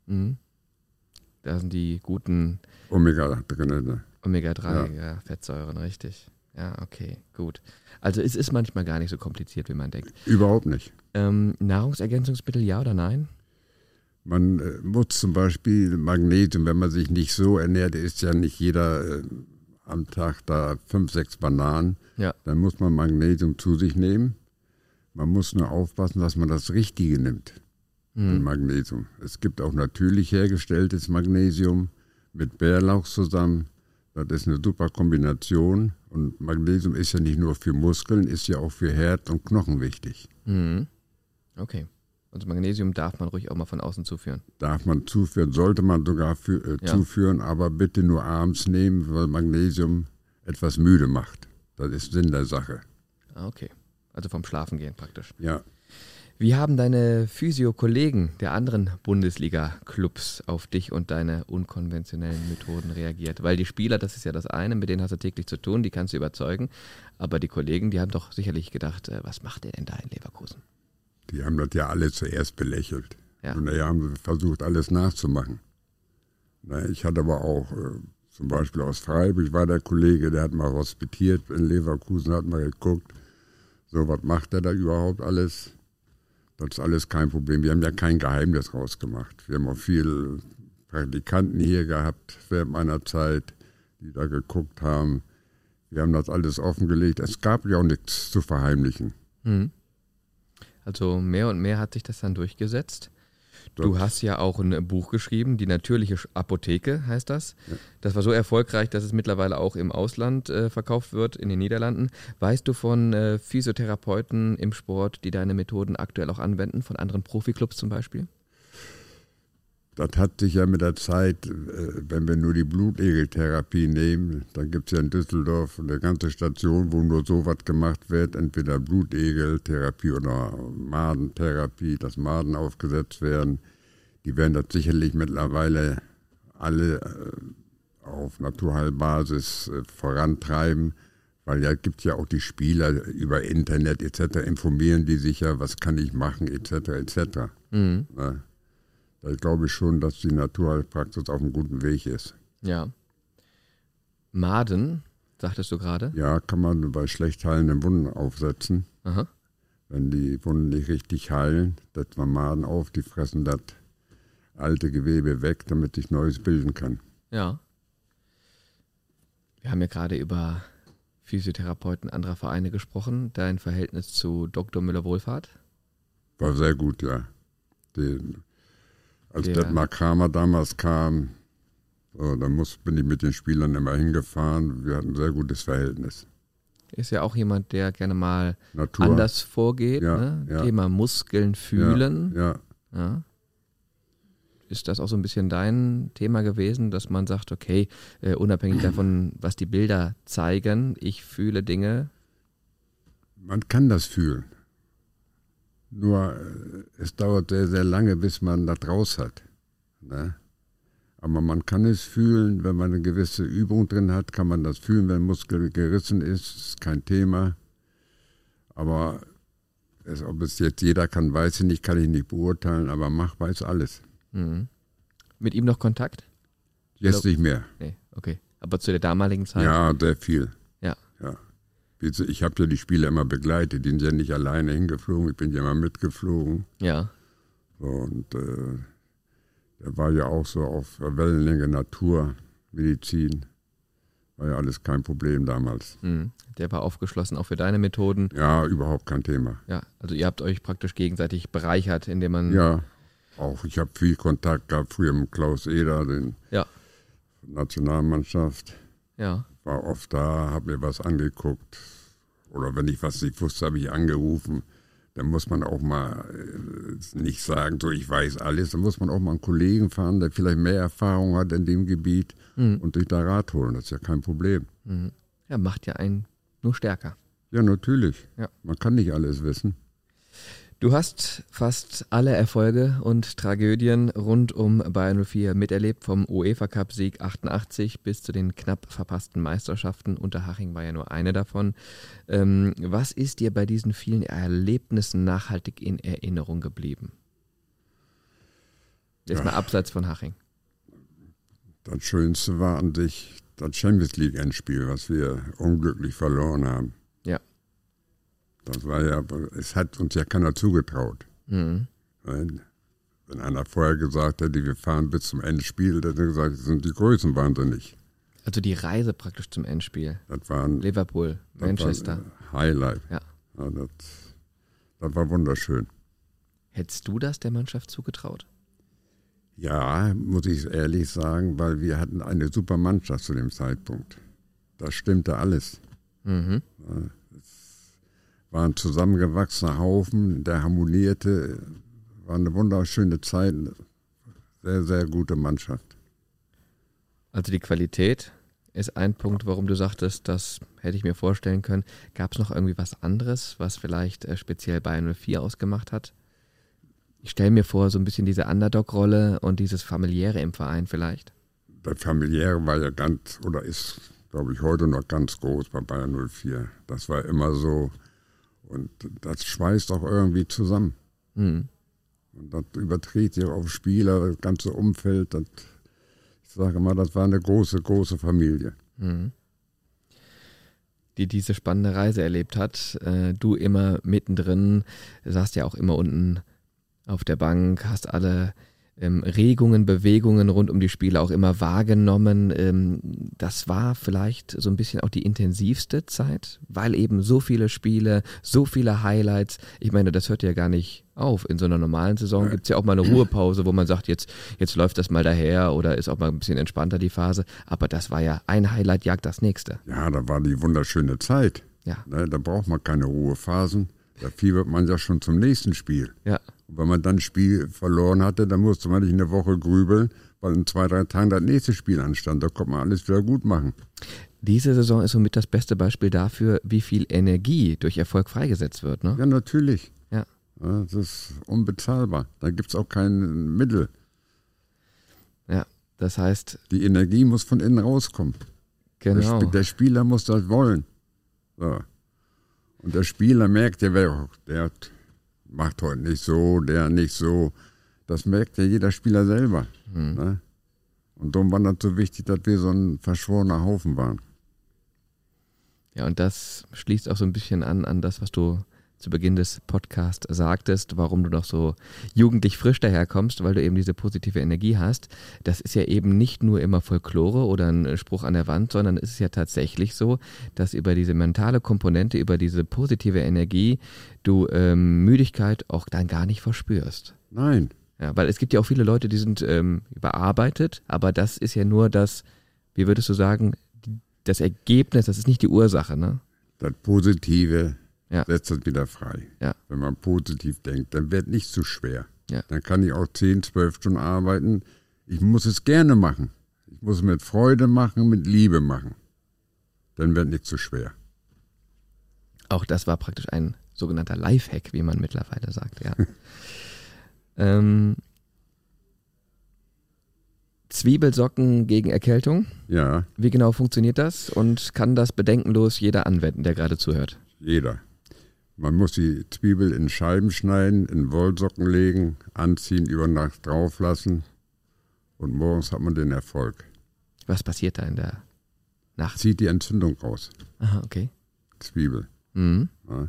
Da sind die guten Omega drin. Ne? Omega-3 Fettsäuren, richtig. Ja, okay, gut. Also es ist manchmal gar nicht so kompliziert, wie man denkt. Überhaupt nicht. Nahrungsergänzungsmittel, ja oder nein? Man muss zum Beispiel Magnesium, wenn man sich nicht so ernährt, isst ja nicht jeder am Tag da 5, 6 Bananen. Ja. Dann muss man Magnesium zu sich nehmen. Man muss nur aufpassen, dass man das Richtige nimmt. Magnesium. Es gibt auch natürlich hergestelltes Magnesium mit Bärlauch zusammen. Das ist eine super Kombination. Und Magnesium ist ja nicht nur für Muskeln, ist ja auch für Herz und Knochen wichtig. Okay. Also Magnesium darf man ruhig auch mal von außen zuführen. Darf man zuführen, sollte man sogar zuführen, aber bitte nur abends nehmen, weil Magnesium etwas müde macht. Das ist Sinn der Sache. Okay. Also vom Schlafen gehen praktisch. Ja. Wie haben deine Physio-Kollegen der anderen Bundesliga-Clubs auf dich und deine unkonventionellen Methoden reagiert? Weil die Spieler, das ist ja das eine, mit denen hast du täglich zu tun, die kannst du überzeugen. Aber die Kollegen, die haben doch sicherlich gedacht, was macht der denn da in Leverkusen? Die haben das ja alle zuerst belächelt. Ja. Und daher haben sie versucht, alles nachzumachen. Ich hatte aber auch, zum Beispiel aus Freiburg war der Kollege, der hat mal hospitiert in Leverkusen, hat mal geguckt, so, was macht der da überhaupt alles? Das ist alles kein Problem. Wir haben ja kein Geheimnis rausgemacht. Wir haben auch viele Praktikanten hier gehabt während meiner Zeit, die da geguckt haben. Wir haben das alles offengelegt. Es gab ja auch nichts zu verheimlichen. Also mehr und mehr hat sich das dann durchgesetzt. Du hast ja auch ein Buch geschrieben, Die natürliche Apotheke heißt das. Ja. Das war so erfolgreich, dass es mittlerweile auch im Ausland verkauft wird, in den Niederlanden. Weißt du von Physiotherapeuten im Sport, die deine Methoden aktuell auch anwenden, von anderen Profiklubs zum Beispiel? Das hat sich ja mit der Zeit, wenn wir nur die Blutegeltherapie nehmen, dann gibt es ja in Düsseldorf eine ganze Station, wo nur sowas gemacht wird, entweder Blutegeltherapie oder Madentherapie, dass Maden aufgesetzt werden. Die werden das sicherlich mittlerweile alle auf Naturheilbasis vorantreiben, weil ja gibt ja auch die Spieler über Internet etc. informieren die sich ja, was kann ich machen etc. etc. Ja. Da glaube ich schon, dass die Naturheilpraxis auf einem guten Weg ist. Ja. Maden, sagtest du gerade? Ja, kann man bei schlecht heilenden Wunden aufsetzen. Aha. Wenn die Wunden nicht richtig heilen, setzt man Maden auf, die fressen das alte Gewebe weg, damit sich Neues bilden kann. Ja. Wir haben ja gerade über Physiotherapeuten anderer Vereine gesprochen. Dein Verhältnis zu Dr. Müller-Wohlfahrt? War sehr gut, ja. Als Detmar Kramer damals kam, dann bin ich mit den Spielern immer hingefahren. Wir hatten ein sehr gutes Verhältnis. Ist ja auch jemand, der gerne mal anders vorgeht. Ja, ne? ja. Thema Muskeln fühlen. Ja. Ist das auch so ein bisschen dein Thema gewesen, dass man sagt, okay, unabhängig davon, was die Bilder zeigen, ich fühle Dinge? Man kann das fühlen. Nur es dauert sehr, sehr lange, bis man das raus hat. Ne? Aber man kann es fühlen, wenn man eine gewisse Übung drin hat, kann man das fühlen, wenn ein Muskel gerissen ist kein Thema. Aber ob es jetzt jeder kann, weiß ich nicht, kann ich nicht beurteilen, aber Mach weiß alles. Mhm. Mit ihm noch Kontakt? Jetzt nicht mehr. Nee, okay. Aber zu der damaligen Zeit? Ja, sehr viel. Ja. Ich habe ja die Spiele immer begleitet, die sind ja nicht alleine hingeflogen, ich bin ja immer mitgeflogen. Ja. Und der war ja auch so auf Wellenlänge Naturmedizin. War ja alles kein Problem damals. Mhm. Der war aufgeschlossen auch für deine Methoden. Ja, überhaupt kein Thema. Ja, also ihr habt euch praktisch gegenseitig bereichert, indem man... Ja, auch ich habe viel Kontakt gehabt früher mit Klaus Eder, den Nationalmannschaft. Ja. War oft da, habe mir was angeguckt. Oder wenn ich was nicht wusste, habe ich angerufen. Dann muss man auch mal nicht sagen, so ich weiß alles. Dann muss man auch mal einen Kollegen fahren, der vielleicht mehr Erfahrung hat in dem Gebiet und sich da Rat holen. Das ist ja kein Problem. Mhm. Ja, macht ja einen nur stärker. Ja, natürlich. Ja. Man kann nicht alles wissen. Du hast fast alle Erfolge und Tragödien rund um Bayern 04 miterlebt, vom UEFA-Cup-Sieg 88 bis zu den knapp verpassten Meisterschaften. Unterhaching war ja nur eine davon. Was ist dir bei diesen vielen Erlebnissen nachhaltig in Erinnerung geblieben? Jetzt mal abseits von Haching. Das Schönste war an sich das Champions League-Endspiel, was wir unglücklich verloren haben. Ja. Das war ja, es hat uns ja keiner zugetraut. Mhm. Wenn einer vorher gesagt hätte, wir fahren bis zum Endspiel, dann hätte er gesagt, das sind die Größen wahnsinnig. Also die Reise praktisch zum Endspiel. Das war ein, Liverpool, Manchester. War Highlight. Ja. Ja, das war wunderschön. Hättest du das der Mannschaft zugetraut? Ja, muss ich ehrlich sagen, weil wir hatten eine super Mannschaft zu dem Zeitpunkt. Das stimmte alles. Mhm. War ein zusammengewachsener Haufen, der harmonierte. War eine wunderschöne Zeit. Sehr, sehr gute Mannschaft. Also die Qualität ist ein Punkt, warum du sagtest, das hätte ich mir vorstellen können. Gab es noch irgendwie was anderes, was vielleicht speziell Bayern 04 ausgemacht hat? Ich stelle mir vor, so ein bisschen diese Underdog-Rolle und dieses Familiäre im Verein vielleicht. Das Familiäre war ja ganz, oder ist, glaube ich, heute noch ganz groß bei Bayern 04. Das war immer so. Und das schweißt auch irgendwie zusammen. Mhm. Und das überträgt sich auf Spieler, das ganze Umfeld. Ich sage mal, das war eine große, große Familie. Mhm. Die diese spannende Reise erlebt hat. Du immer mittendrin, saßt ja auch immer unten auf der Bank, hast alle Regungen, Bewegungen rund um die Spiele auch immer wahrgenommen. Das war vielleicht so ein bisschen auch die intensivste Zeit, weil eben so viele Spiele, so viele Highlights. Ich meine, das hört ja gar nicht auf. In so einer normalen Saison gibt es ja auch mal eine Ruhepause, wo man sagt, jetzt läuft das mal daher oder ist auch mal ein bisschen entspannter die Phase. Aber das war ja ein Highlight, jagt das nächste. Ja, da war die wunderschöne Zeit. Ja. Ne, da braucht man keine Ruhephasen. Da fiebert man ja schon zum nächsten Spiel. Ja. Und wenn man dann ein Spiel verloren hatte, dann musste man nicht eine Woche grübeln, weil in 2-3 Tagen das nächste Spiel anstand. Da konnte man alles wieder gut machen. Diese Saison ist somit das beste Beispiel dafür, wie viel Energie durch Erfolg freigesetzt wird, ne? Ja, natürlich. Ja. Ja, das ist unbezahlbar. Da gibt es auch kein Mittel. Ja, das heißt... Die Energie muss von innen rauskommen. Genau. Der Spieler muss das wollen. So. Und der Spieler merkt ja, der macht heute nicht so, der nicht so. Das merkt ja jeder Spieler selber. Ne? Und darum war das so wichtig, dass wir so ein verschworener Haufen waren. Ja, und das schließt auch so ein bisschen an das, was du zu Beginn des Podcasts sagtest, warum du noch so jugendlich frisch daherkommst, weil du eben diese positive Energie hast. Das ist ja eben nicht nur immer Folklore oder ein Spruch an der Wand, sondern es ist ja tatsächlich so, dass über diese mentale Komponente, über diese positive Energie du Müdigkeit auch dann gar nicht verspürst. Nein. Ja, weil es gibt ja auch viele Leute, die sind überarbeitet, aber das ist ja nur das, wie würdest du sagen, das Ergebnis, das ist nicht die Ursache, ne? Das Positive setzt das wieder frei. Ja. Wenn man positiv denkt, dann wird nicht zu schwer. Ja. Dann kann ich auch 10-12 Stunden arbeiten. Ich muss es gerne machen. Ich muss es mit Freude machen, mit Liebe machen. Dann wird nicht zu schwer. Auch das war praktisch ein sogenannter Lifehack, wie man mittlerweile sagt, ja. Zwiebelsocken gegen Erkältung. Ja, Wie genau funktioniert das und kann das bedenkenlos jeder anwenden, der gerade zuhört? jeder. Man muss die Zwiebel in Scheiben schneiden, in Wollsocken legen, anziehen, über Nacht drauf lassen und morgens hat man den Erfolg. Was passiert da in der Nacht? Zieht die Entzündung raus, Aha, okay. Zwiebel. Mhm. Ja.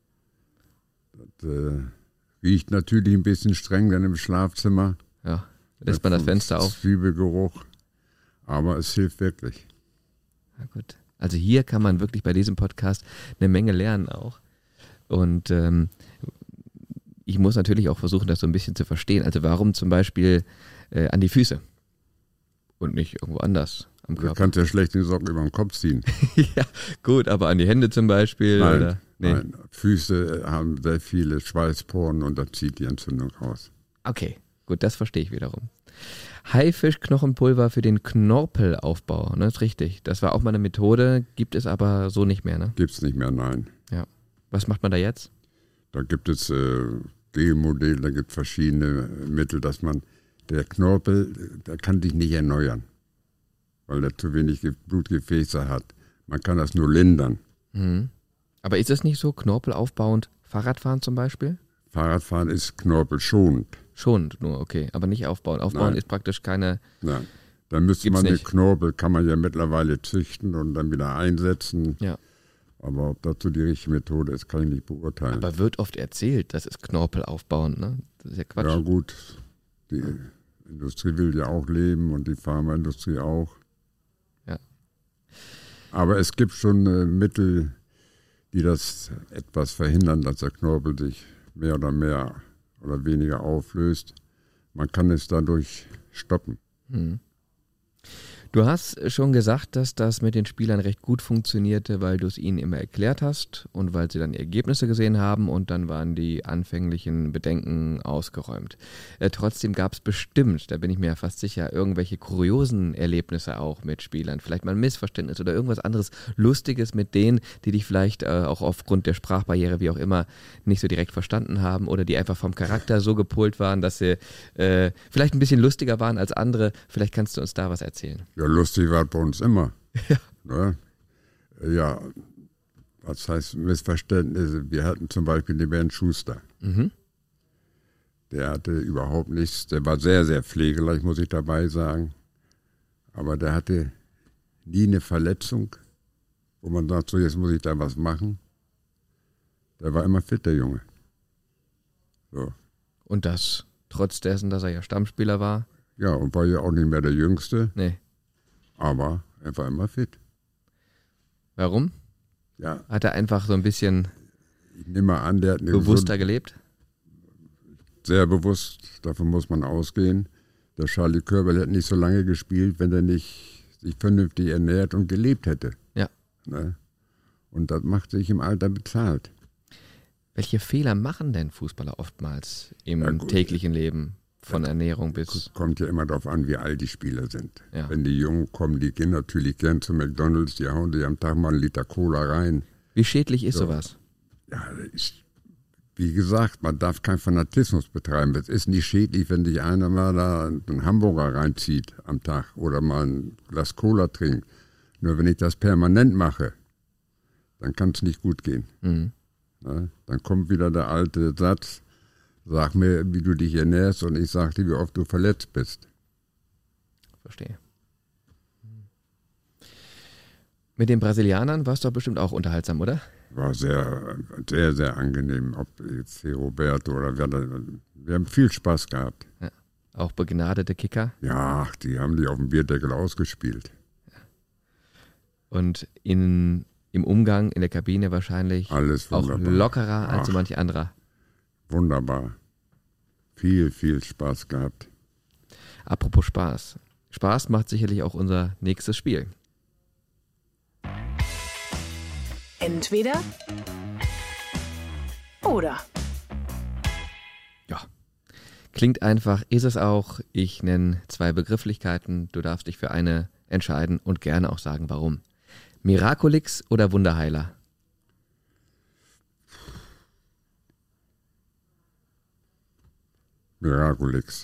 Das riecht natürlich ein bisschen streng dann im Schlafzimmer. Ja, lässt man das Fenster auf. Zwiebelgeruch, aber es hilft wirklich. Na gut. Also hier kann man wirklich bei diesem Podcast eine Menge lernen auch. Und ich muss natürlich auch versuchen, das so ein bisschen zu verstehen. Also warum zum Beispiel an die Füße und nicht irgendwo anders am Du Körper? kannst ja schlecht den Socken über den Kopf ziehen. Ja, gut, aber an die Hände zum Beispiel? Nein, oder? Nee. nein, Füße haben sehr viele Schweißporen und da zieht die Entzündung raus. Okay, gut, das verstehe ich wiederum. Haifischknochenpulver für den Knorpelaufbau, ne, ist richtig. Das war auch mal eine Methode, gibt es aber so nicht mehr, ne? Gibt's nicht mehr, nein. Ja. Was macht man da jetzt? Da gibt es Gelmodelle, da gibt es verschiedene Mittel, dass man, der Knorpel, der kann sich nicht erneuern, weil er zu wenig Blutgefäße hat. Man kann das nur lindern. Mhm. Aber ist es nicht so, Knorpel aufbauend, Fahrradfahren zum Beispiel? Fahrradfahren ist knorpelschonend. Schon nur, okay, aber nicht aufbauen. Aufbauen Nein. ist praktisch keine, Nein. Da müsste Gibt's man den nicht. Knorpel, kann man ja mittlerweile züchten und dann wieder einsetzen. ja. Aber ob dazu die richtige Methode ist, kann ich nicht beurteilen. Aber wird oft erzählt, das ist Knorpel aufbauend, ne? Das ist ja Quatsch. Ja gut, die Industrie will ja auch leben und die Pharmaindustrie auch. Ja. Aber es gibt schon Mittel, die das etwas verhindern, dass der Knorpel sich mehr oder weniger auflöst. Man kann es dadurch stoppen. Du hast schon gesagt, dass das mit den Spielern recht gut funktionierte, weil du es ihnen immer erklärt hast und weil sie dann Ergebnisse gesehen haben und dann waren die anfänglichen Bedenken ausgeräumt. Trotzdem gab es bestimmt, da bin ich mir ja fast sicher, irgendwelche kuriosen Erlebnisse auch mit Spielern. Vielleicht mal ein Missverständnis oder irgendwas anderes Lustiges mit denen, die dich vielleicht auch aufgrund der Sprachbarriere, wie auch immer, nicht so direkt verstanden haben oder die einfach vom Charakter so gepolt waren, dass sie vielleicht ein bisschen lustiger waren als andere. Vielleicht kannst du uns da was erzählen. Ja, lustig war es bei uns immer. Ja. Ne? Ja, was heißt Missverständnisse? Wir hatten zum Beispiel den Bernd Schuster. Mhm. Der hatte überhaupt nichts, der war sehr, sehr pflegeleicht, muss ich dabei sagen. Aber der hatte nie eine Verletzung, wo man sagt, so jetzt muss ich da was machen. Der war immer fit, der Junge. So. Und das trotz dessen, dass er ja Stammspieler war? Ja, und war ja auch nicht mehr der Jüngste, Nee. aber er war immer fit. Warum? Ja, Hat er einfach so ein bisschen ich nehme an, der hat eine bewusster gelebt? sehr bewusst, davon muss man ausgehen. Der Charlie Körbel hätte nicht so lange gespielt, wenn er nicht sich vernünftig ernährt und gelebt hätte. Ja. Ne? Und das macht sich im Alter bezahlt. Welche Fehler machen denn Fußballer oftmals im Ja, gut. täglichen Leben? Von Ernährung bis... Kommt ja immer darauf an, wie alt die Spieler sind. Ja. Wenn die Jungen kommen, die gehen natürlich gern zu McDonalds, die hauen sich am Tag mal einen Liter Cola rein. Wie schädlich ist So. sowas? Ja, wie gesagt, man darf keinen Fanatismus betreiben. Es ist nicht schädlich, wenn sich einer mal da einen Hamburger reinzieht am Tag oder mal ein Glas Cola trinkt. Nur wenn ich das permanent mache, dann kann es nicht gut gehen. Mhm. Ne? Dann kommt wieder der alte Satz, sag mir, wie du dich ernährst und ich sag dir, wie oft du verletzt bist. Verstehe. Mit den Brasilianern warst du doch bestimmt auch unterhaltsam, oder? War sehr, sehr, sehr angenehm. Ob jetzt hier Roberto oder wer da, wir haben viel Spaß gehabt. Ja. Auch begnadete Kicker. Ja, die haben die auf dem Bierdeckel ausgespielt. Und im Umgang in der Kabine wahrscheinlich Alles auch wunderbar. lockerer als so Ach. manch anderer. Wunderbar. Viel, viel Spaß gehabt. Apropos Spaß. Spaß macht sicherlich auch unser nächstes Spiel. Entweder oder. Ja. Klingt einfach, ist es auch. Ich nenne 2 Begrifflichkeiten. Du darfst dich für eine entscheiden und gerne auch sagen, warum. Miraculix oder Wunderheiler? Miraculix.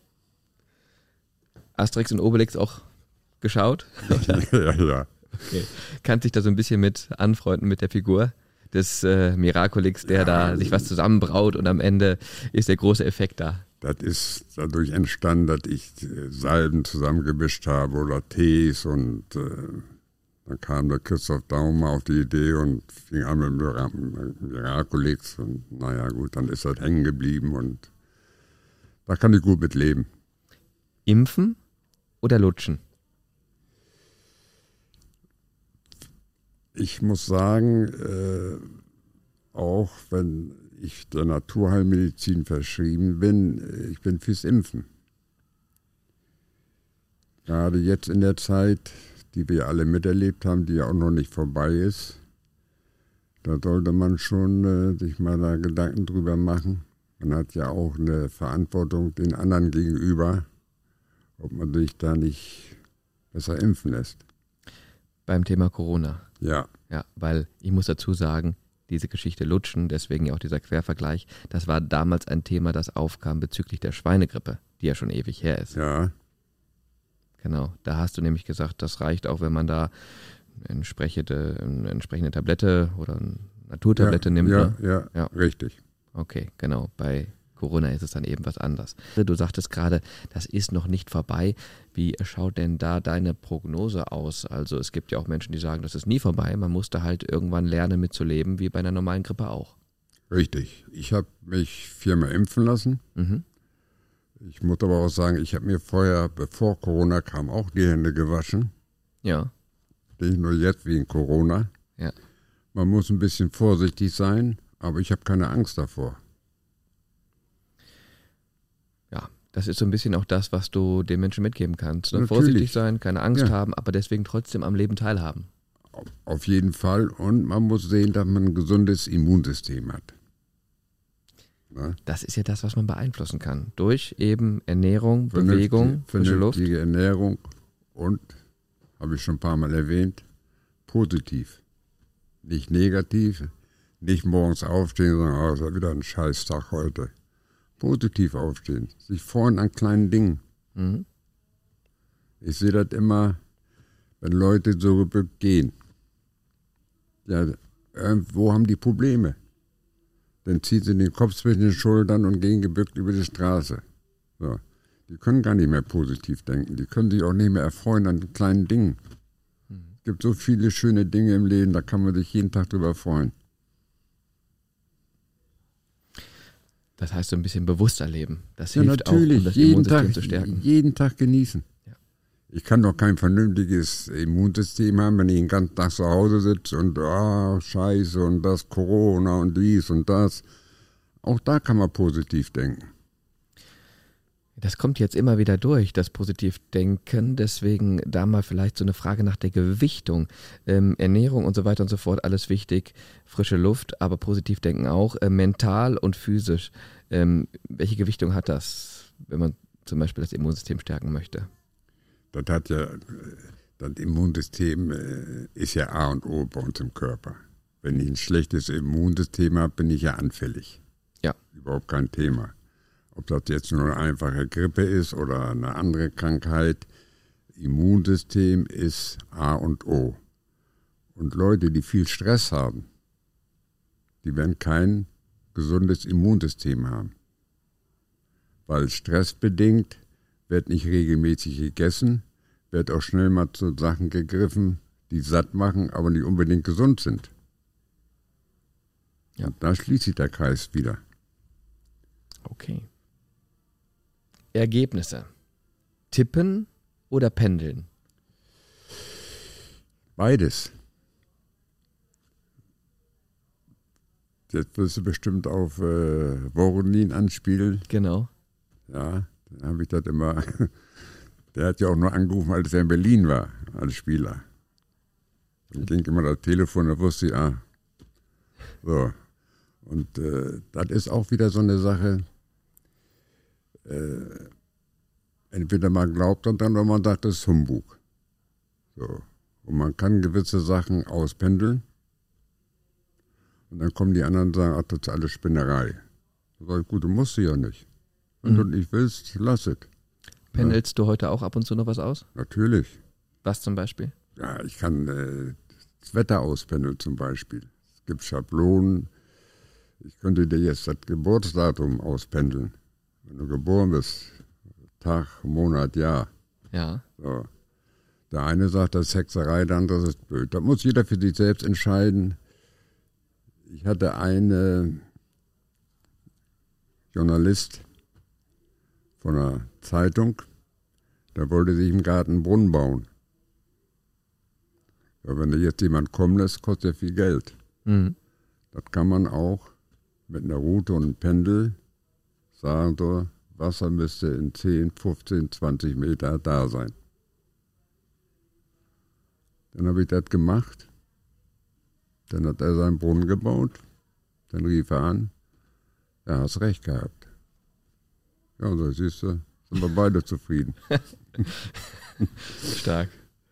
Asterix und Obelix auch geschaut? Ja. Okay. Kannst dich da so ein bisschen mit anfreunden mit der Figur des Miraculix, der da sich was zusammenbraut und am Ende ist der große Effekt da? Das ist dadurch entstanden, dass ich Salben zusammengemischt habe oder Tees und dann kam der Christoph Daumer auf die Idee und fing an mit Miraculix und naja gut, dann ist das hängen geblieben und da kann ich gut mit leben. Impfen oder lutschen? Ich muss sagen, auch wenn ich der Naturheilmedizin verschrieben bin, ich bin fürs Impfen. Gerade jetzt in der Zeit, die wir alle miterlebt haben, die ja auch noch nicht vorbei ist, da sollte man schon sich mal da Gedanken drüber machen. Man hat ja auch eine Verantwortung den anderen gegenüber, ob man sich da nicht besser impfen lässt. Beim Thema Corona. Ja. Ja, weil ich muss dazu sagen, diese Geschichte Lutschen, deswegen ja auch dieser Quervergleich, das war damals ein Thema, das aufkam bezüglich der Schweinegrippe, die ja schon ewig her ist. Ja. Genau, da hast du nämlich gesagt, das reicht auch, wenn man da eine entsprechende Tablette oder eine Naturtablette nimmt. Ne? Ja, richtig. Okay, genau, bei Corona ist es dann eben was anderes. Du sagtest gerade, das ist noch nicht vorbei. Wie schaut denn da deine Prognose aus? Also es gibt ja auch Menschen, die sagen, das ist nie vorbei. Man musste halt irgendwann lernen mitzuleben, wie bei einer normalen Grippe auch. Richtig. Ich habe mich 4-mal impfen lassen. Mhm. Ich muss aber auch sagen, ich habe mir vorher, bevor Corona kam, auch die Hände gewaschen. Ja. Nicht nur jetzt wegen Corona. Ja. Man muss ein bisschen vorsichtig sein, aber ich habe keine Angst davor. Ja, das ist so ein bisschen auch das, was du den Menschen mitgeben kannst. Ne? Natürlich. Vorsichtig sein, keine Angst haben, aber deswegen trotzdem am Leben teilhaben. Auf jeden Fall. Und man muss sehen, dass man ein gesundes Immunsystem hat. Na? Das ist ja das, was man beeinflussen kann. Durch eben Ernährung, Bewegung, frische Luft. Vernünftige Ernährung und, habe ich schon ein paar Mal erwähnt, positiv. Nicht negativ, nicht morgens aufstehen und sagen, oh, ist ja wieder ein Scheißtag heute. Positiv aufstehen, sich freuen an kleinen Dingen. Mhm. Ich sehe das immer, wenn Leute so gebückt gehen. Ja, irgendwo haben die Probleme. Dann ziehen sie den Kopf zwischen den Schultern und gehen gebückt über die Straße. So. Die können gar nicht mehr positiv denken. Die können sich auch nicht mehr erfreuen an kleinen Dingen. Es gibt so viele schöne Dinge im Leben, da kann man sich jeden Tag drüber freuen. Das heißt, so ein bisschen bewusster leben. Das Ja, hilft auch, natürlich. um das Jeden Immunsystem Tag, zu stärken. jeden Tag genießen. Ja. Ich kann doch kein vernünftiges Immunsystem haben, wenn ich den ganzen Tag zu Hause sitze und Scheiße und das Corona und dies und das. Auch da kann man positiv denken. Das kommt jetzt immer wieder durch, das Positivdenken. Deswegen da mal vielleicht so eine Frage nach der Gewichtung. Ernährung und so weiter und so fort, alles wichtig. Frische Luft, aber Positivdenken auch. Mental und physisch. Welche Gewichtung hat das, wenn man zum Beispiel das Immunsystem stärken möchte? Das Immunsystem ist ja A und O bei uns im Körper. Wenn ich ein schlechtes Immunsystem habe, bin ich ja anfällig. Ja. Überhaupt kein Thema. Ob das jetzt nur eine einfache Grippe ist oder eine andere Krankheit, Immunsystem ist A und O. Und Leute, die viel Stress haben, die werden kein gesundes Immunsystem haben. Weil stressbedingt wird nicht regelmäßig gegessen, wird auch schnell mal zu Sachen gegriffen, die satt machen, aber nicht unbedingt gesund sind. Ja. Und da schließt sich der Kreis wieder. Okay. Ergebnisse. Tippen oder pendeln? Beides. Jetzt wirst du bestimmt auf Voronin anspielen. Genau. Ja, dann habe ich das immer. Der hat ja auch nur angerufen, als er in Berlin war, als Spieler. Dann ging immer das Telefon, da wusste ich, so. Und das ist auch wieder so eine Sache, entweder man glaubt und dann, oder man sagt, das ist Humbug. So. Und man kann gewisse Sachen auspendeln. Und dann kommen die anderen und sagen, ach, das ist alles Spinnerei. Da sag ich, gut, du musst sie ja nicht. Wenn du nicht willst, lass es. Pendelst du heute auch ab und zu noch was aus? Natürlich. Was zum Beispiel? Ja, ich kann das Wetter auspendeln zum Beispiel. Es gibt Schablonen. Ich könnte dir jetzt das Geburtsdatum auspendeln. Wenn du geboren bist, Tag, Monat, Jahr. Ja. So. Der eine sagt, das ist Hexerei, der andere ist blöd. Da muss jeder für sich selbst entscheiden. Ich hatte einen Journalist von einer Zeitung, der wollte sich im Garten einen Brunnen bauen. Ja, wenn da jetzt jemand kommen lässt, kostet ja viel Geld. Mhm. Das kann man auch mit einer Route und einem Pendel sagen, so, Wasser müsste in 10, 15, 20 Meter da sein. Dann habe ich das gemacht. Dann hat er seinen Brunnen gebaut. Dann rief er an. Ja, hast recht gehabt. Ja, so siehst du, sind wir beide zufrieden. Stark.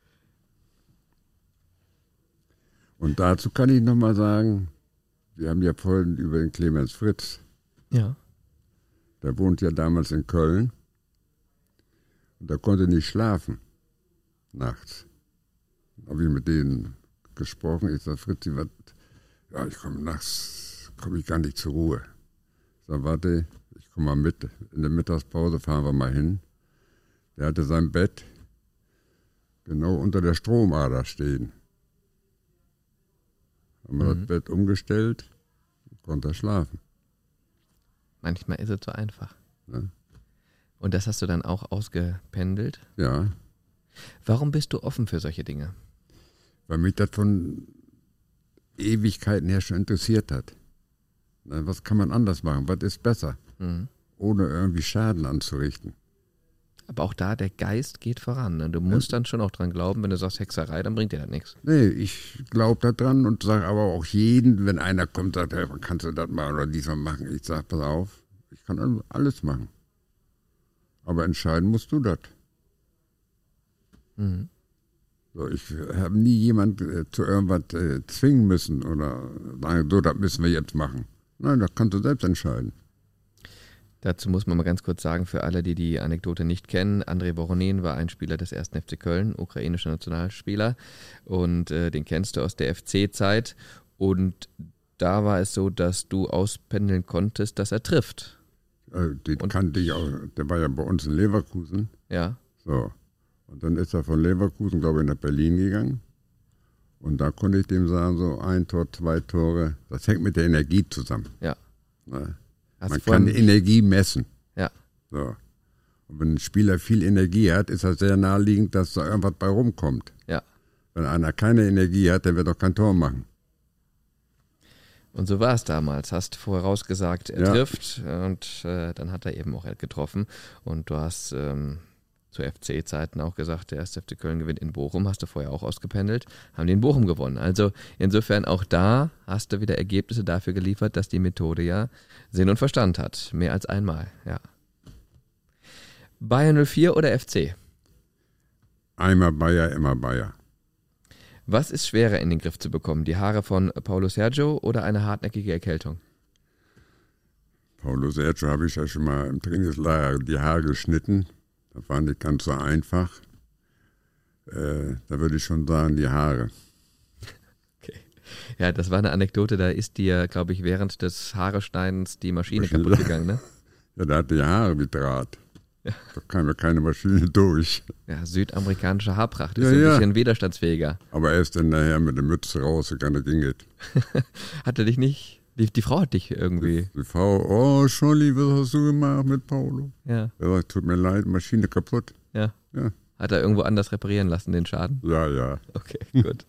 Und dazu kann ich nochmal sagen, wir haben ja vorhin über den Clemens Fritz. Ja. Der wohnt ja damals in Köln. Und der konnte nicht schlafen. Nachts. Habe ich mit denen gesprochen. Ich sage, Fritzi, ja, ich komme nachts, komme ich gar nicht zur Ruhe. Ich sage, warte, ich komme mal mit. In der Mittagspause fahren wir mal hin. Der hatte sein Bett genau unter der Stromader stehen. Haben wir das Bett umgestellt und konnte er schlafen. Manchmal ist es so einfach. Ja. Und das hast du dann auch ausgependelt? Ja. Warum bist du offen für solche Dinge? Weil mich das von Ewigkeiten her schon interessiert hat. Na, was kann man anders machen? Was ist besser? Ohne irgendwie Schaden anzurichten. Aber auch da, der Geist geht voran. Ne? Du musst dann schon auch dran glauben, wenn du sagst Hexerei, dann bringt dir das nichts. Nee, ich glaube da dran und sage aber auch jeden, wenn einer kommt und sagt, hey, kannst du das machen oder diesmal machen? Ich sage, pass auf, ich kann alles machen. Aber entscheiden musst du das. Mhm. So, ich habe nie jemanden zu irgendwas zwingen müssen oder sagen, so, das müssen wir jetzt machen. Nein, das kannst du selbst entscheiden. Dazu muss man mal ganz kurz sagen, für alle, die die Anekdote nicht kennen, Andrei Voronin war ein Spieler des 1. FC Köln, ukrainischer Nationalspieler, und den kennst du aus der FC-Zeit, und da war es so, dass du auspendeln konntest, dass er trifft. Den kannte ich auch, der war ja bei uns in Leverkusen. Ja. So. Und dann ist er von Leverkusen, glaube ich, nach Berlin gegangen. Und da konnte ich dem sagen, so 1 Tor, 2 Tore, das hängt mit der Energie zusammen. Ja. Ne? Man kann Energie messen. Ja. So. Und wenn ein Spieler viel Energie hat, ist das sehr naheliegend, dass da irgendwas bei rumkommt. Ja. Wenn einer keine Energie hat, der wird doch kein Tor machen. Und so war es damals. Hast vorausgesagt, er trifft, und dann hat er eben auch getroffen. Und du hast zu FC-Zeiten auch gesagt, der 1. FC Köln gewinnt in Bochum, hast du vorher auch ausgependelt, haben die in Bochum gewonnen. Also insofern auch da hast du wieder Ergebnisse dafür geliefert, dass die Methode ja Sinn und Verstand hat. Mehr als einmal, ja. Bayer 04 oder FC? Einmal Bayer, immer Bayer. Was ist schwerer in den Griff zu bekommen? Die Haare von Paulo Sergio oder eine hartnäckige Erkältung? Paulo Sergio habe ich ja schon mal im Trainingslager die Haare geschnitten. Das war nicht ganz so einfach. Da würde ich schon sagen, die Haare. Okay. Ja, das war eine Anekdote, da ist dir, glaube ich, während des Haareschneidens die Maschine kaputt gegangen, ne? Ja, da hat die Haare wie Draht. Ja. Da kam ja keine Maschine durch. Ja, südamerikanische Haarpracht ist ein bisschen widerstandsfähiger. Aber er ist dann nachher mit der Mütze rausgegangen, das ging nicht. Hat er dich nicht? Die Frau hat dich irgendwie. Die Frau, oh Scholli, was hast du gemacht mit Paulo? Ja. Er sagt, tut mir leid, Maschine kaputt. Ja. Hat er irgendwo anders reparieren lassen, den Schaden? Ja. Okay, gut.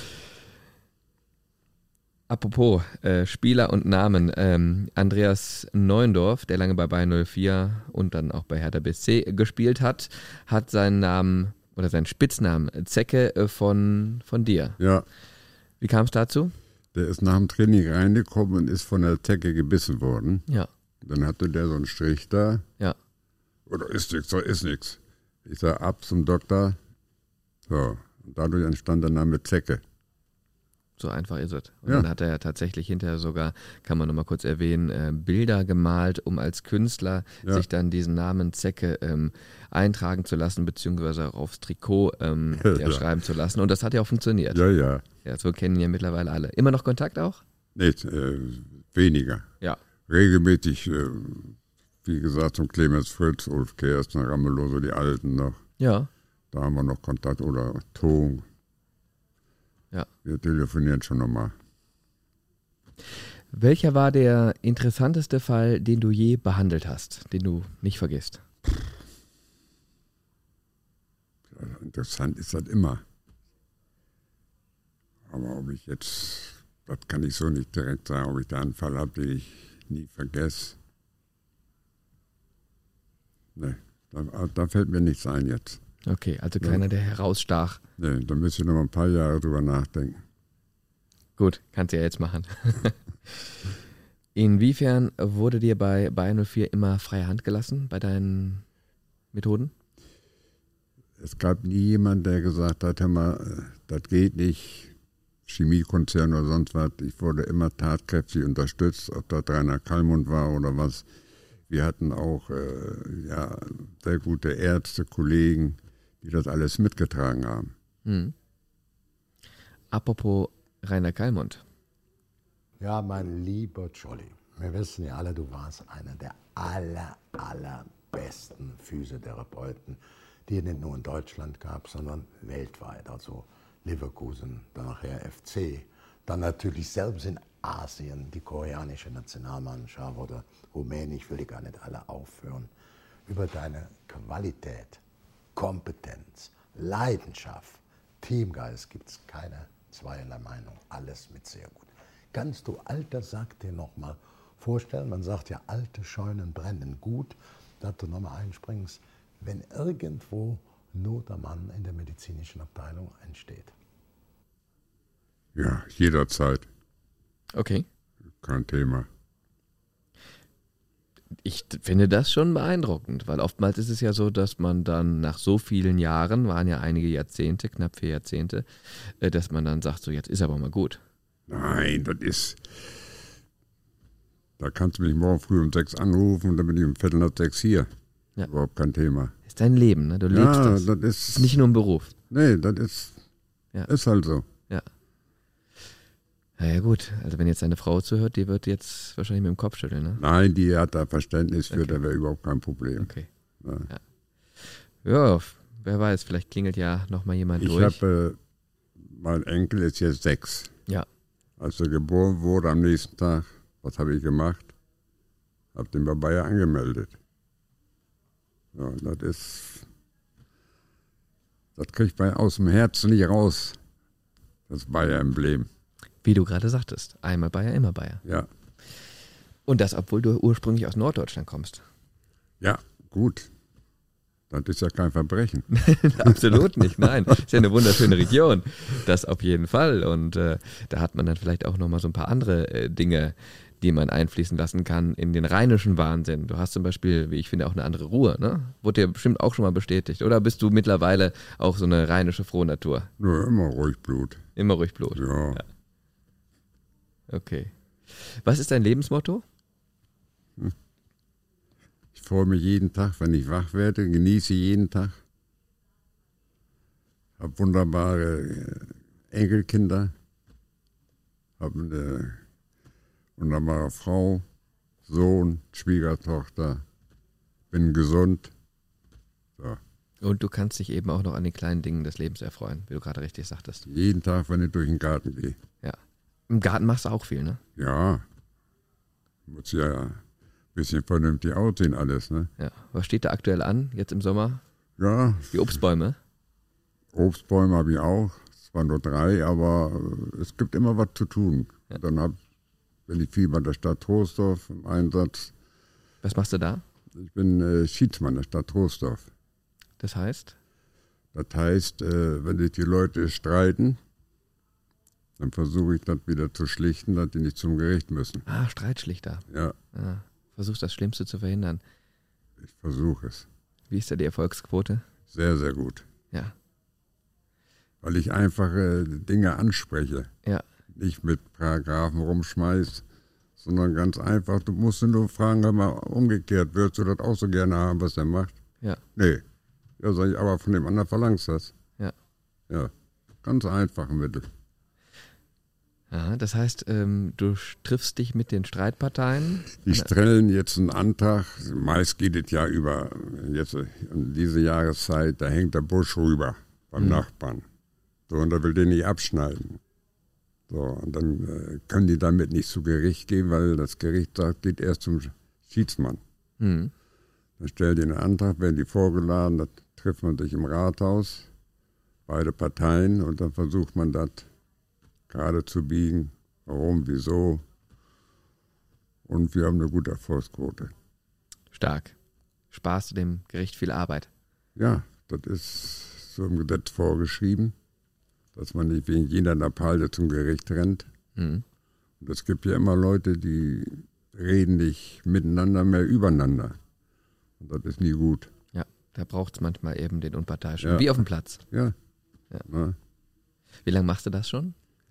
Apropos Spieler und Namen. Andreas Neuendorf, der lange bei Bayer 04 und dann auch bei Hertha BSC gespielt hat, hat seinen Namen oder seinen Spitznamen Zecke von dir. Ja. Wie kam es dazu? Der ist nach dem Training reingekommen und ist von der Zecke gebissen worden. Ja. Dann hatte der so einen Strich da. Ja. Oder ist nichts. Ich sag ab zum Doktor. So. Und dadurch entstand der Name Zecke. So einfach ist es. Und Ja. dann hat er ja tatsächlich hinterher sogar, kann man nochmal kurz erwähnen, Bilder gemalt, um als Künstler sich dann diesen Namen Zecke eintragen zu lassen, beziehungsweise auch aufs Trikot schreiben zu lassen. Und das hat ja auch funktioniert. Ja, ja. Ja, so kennen ihn ja mittlerweile alle. Immer noch Kontakt auch? Nee, weniger. Ja. Regelmäßig, wie gesagt, zum Clemens Fritz, Ulf Kerstner, Ramelow, so die Alten noch. Ja. Da haben wir noch Kontakt. Oder Ton. Ja. Wir telefonieren schon nochmal. Welcher war der interessanteste Fall, den du je behandelt hast, den du nicht vergisst? Ja, interessant ist das immer. Aber ob ich jetzt, das kann ich so nicht direkt sagen, ob ich da einen Fall habe, den ich nie vergesse. Nee, da fällt mir nichts ein jetzt. Okay, also keiner, der herausstach. Nee, da müsste ich noch mal ein paar Jahre drüber nachdenken. Gut, kannst du ja jetzt machen. Inwiefern wurde dir bei Bayern 04 immer freie Hand gelassen bei deinen Methoden? Es gab nie jemanden, der gesagt hat, hör mal, das geht nicht, Chemiekonzern oder sonst was. Ich wurde immer tatkräftig unterstützt, ob das Rainer Kallmund war oder was. Wir hatten auch sehr gute Ärzte, Kollegen, die das alles mitgetragen haben. Hm. Apropos Rainer Kallmund. Ja, mein lieber Jolly, wir wissen ja alle, du warst einer der allerbesten Physiotherapeuten, die es nicht nur in Deutschland gab, sondern weltweit. Also Leverkusen, dann nachher FC, dann natürlich selbst in Asien, die koreanische Nationalmannschaft oder Rumänien, ich will die gar nicht alle aufhören. Über deine Qualität, Kompetenz, Leidenschaft, Teamgeist gibt es keine zweierlei Meinung, alles mit sehr gut. Kannst du alter Sack dir nochmal vorstellen, man sagt ja, alte Scheunen brennen gut, dass du nochmal einspringst, wenn irgendwo Not am Mann in der medizinischen Abteilung entsteht? Ja, jederzeit. Okay. Kein Thema. Ich finde das schon beeindruckend, weil oftmals ist es ja so, dass man dann nach so vielen Jahren, waren ja einige Jahrzehnte, knapp 4 Jahrzehnte, dass man dann sagt, so jetzt ist aber mal gut. Nein, da kannst du mich morgen früh um 6 anrufen und dann bin ich um 5:45 hier. Ja. Überhaupt kein Thema. Das ist dein Leben, ne? Du lebst das. Das Das ist nicht nur ein Beruf. Nee, das ist halt so. Ja. Ja gut, also wenn jetzt deine Frau zuhört, die wird jetzt wahrscheinlich mit dem Kopf schütteln, ne? Nein, die hat da Verständnis für, Okay. da wäre überhaupt kein Problem. Okay. Ja. Ja, wer weiß, vielleicht klingelt ja nochmal jemand Ich durch. habe, mein Enkel ist jetzt 6. Ja. Als er geboren wurde am nächsten Tag, was habe ich gemacht? Habe den bei Bayer angemeldet. Ja, das kriegt man aus dem Herzen nicht raus, das Bayer-Emblem. Wie du gerade sagtest, einmal Bayer, immer Bayer. Ja. Und das, obwohl du ursprünglich aus Norddeutschland kommst. Ja, gut. Das ist ja kein Verbrechen. Absolut nicht, nein. Ist ja eine wunderschöne Region. Das auf jeden Fall. Und da hat man dann vielleicht auch nochmal so ein paar andere Dinge, die man einfließen lassen kann in den rheinischen Wahnsinn. Du hast zum Beispiel, wie ich finde, auch eine andere Ruhe, ne? Wurde dir bestimmt auch schon mal bestätigt. Oder bist du mittlerweile auch so eine rheinische Frohnatur? Nur immer ruhig Blut. Immer ruhig Blut. Ja. Okay. Was ist dein Lebensmotto? Ich freue mich jeden Tag, wenn ich wach werde, genieße jeden Tag. Habe wunderbare Enkelkinder. Habe eine wunderbare Frau, Sohn, Schwiegertochter. Bin gesund. So. Und du kannst dich eben auch noch an den kleinen Dingen des Lebens erfreuen, wie du gerade richtig sagtest. Jeden Tag, wenn ich durch den Garten gehe. Ja. Im Garten machst du auch viel, ne? Ja. Muss ja ein bisschen vernünftig aussehen alles, ne? Ja. Was steht da aktuell an, jetzt im Sommer? Ja, Die Obstbäume. Obstbäume habe ich auch. Zwar nur 3, aber es gibt immer was zu tun. Ja. Dann bin ich viel bei der Stadt Troisdorf im Einsatz. Was machst du da? Ich bin Schiedsmann der Stadt Troisdorf. Das heißt? Das heißt, wenn sich die Leute streiten, dann versuche ich das wieder zu schlichten, dass die nicht zum Gericht müssen. Ah, Streitschlichter. Ja, Ah, versuchst das Schlimmste zu verhindern. ich versuche es. Wie ist da die Erfolgsquote? Sehr, sehr gut. Ja. Weil ich einfach Dinge anspreche, Ja. nicht mit Paragraphen rumschmeißt, sondern ganz einfach, du musst nur fragen, hör mal, umgekehrt, würdest du das auch so gerne haben, was er macht? Ja. Nee. Ja, sag ich, aber von dem anderen verlangst du das. Ja. Ja, ganz einfache Mittel. Ja, das heißt, du triffst dich mit den Streitparteien? Die stellen jetzt einen Antrag, meist geht es ja über, jetzt in diese Jahreszeit, da hängt der Busch rüber beim Nachbarn. So, und da will den nicht abschneiden. So, und dann können die damit nicht zu Gericht gehen, weil das Gericht sagt, geht erst zum Schiedsmann. Mhm. Dann stellen die einen Antrag, werden die vorgeladen, da trifft man sich im Rathaus, beide Parteien, und dann versucht man das gerade zu biegen. Warum, wieso? Und wir haben eine gute Erfolgsquote. Stark. Sparst du dem Gericht viel Arbeit? Ja, das ist so im Gesetz vorgeschrieben, dass man nicht wegen jeder Napalde zum Gericht rennt. Mhm. Und es gibt ja immer Leute, die reden nicht miteinander, mehr übereinander. Und das ist nie gut. Ja, da braucht es manchmal eben den Unparteiischen. Ja. Wie auf dem Platz. Ja. Ja. Na, Wie lange machst du das schon?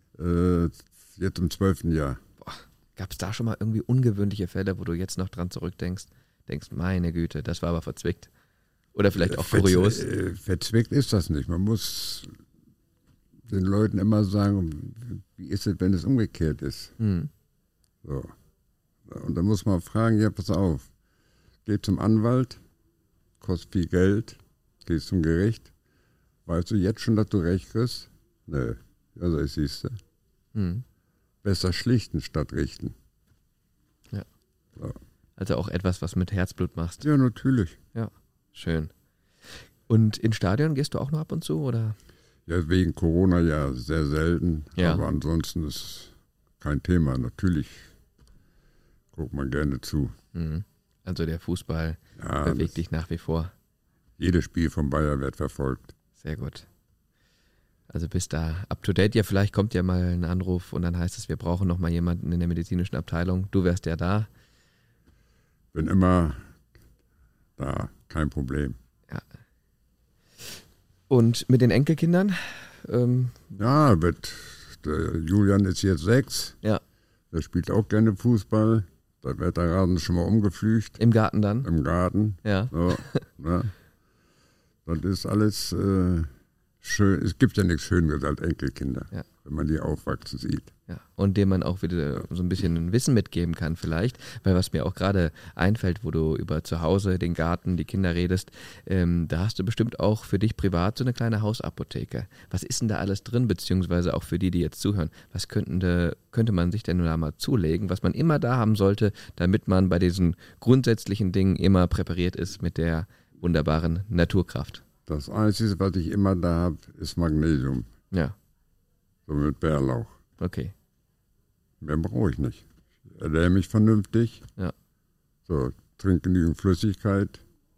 jetzt im 12. Jahr. Gab es da schon mal irgendwie ungewöhnliche Fälle, wo du jetzt noch dran zurückdenkst? Denkst, meine Güte, das war aber verzwickt. Oder vielleicht auch kurios. Verzwickt ist das nicht. Man muss den Leuten immer sagen, wie ist es, wenn es umgekehrt ist. Mhm. So. Und dann muss man fragen, ja, pass auf, geh zum Anwalt, kostet viel Geld, gehst zum Gericht, weißt du jetzt schon, dass du recht kriegst? Nö, also ich siehst du. Mhm. Besser schlichten statt richten. Ja. So. Also auch etwas, was mit Herzblut machst. Ja, natürlich. Ja, schön. Und ins Stadion gehst du auch noch ab und zu, oder? Ja, wegen Corona ja sehr selten, Ja. aber ansonsten ist kein Thema. Natürlich guckt man gerne zu. Mhm. Also der Fußball Ja, bewegt dich nach wie vor. jedes Spiel von Bayer wird verfolgt. Sehr gut. Also bist da up to date. Ja, vielleicht kommt ja mal ein Anruf und dann heißt es, wir brauchen noch mal jemanden in der medizinischen Abteilung. Du wärst ja da. Bin immer da, kein Problem. Ja. Und mit den Enkelkindern? Ja, der Julian ist jetzt 6, Ja, der spielt auch gerne Fußball. Da wird der Rasen schon mal umgepflügt im Garten dann? im Garten. Ja. So, ne? Das ist alles schön. Es gibt ja nichts Schöneres als Enkelkinder, Ja. wenn man die aufwachsen sieht. Ja, und dem man auch wieder so ein bisschen ein Wissen mitgeben kann vielleicht, weil was mir auch gerade einfällt, wo du über zu Hause, den Garten, die Kinder redest, da hast du bestimmt auch für dich privat so eine kleine Hausapotheke. Was ist denn da alles drin, beziehungsweise auch für die, die jetzt zuhören, was könnte man sich denn da mal zulegen, was man immer da haben sollte, damit man bei diesen grundsätzlichen Dingen immer präpariert ist mit der wunderbaren Naturkraft? Das Einzige, was ich immer da habe, ist Magnesium. Ja, So mit Bärlauch. okay. Mehr brauche ich nicht. Ich ernähre mich vernünftig. Ja. So, trinke genügend Flüssigkeit.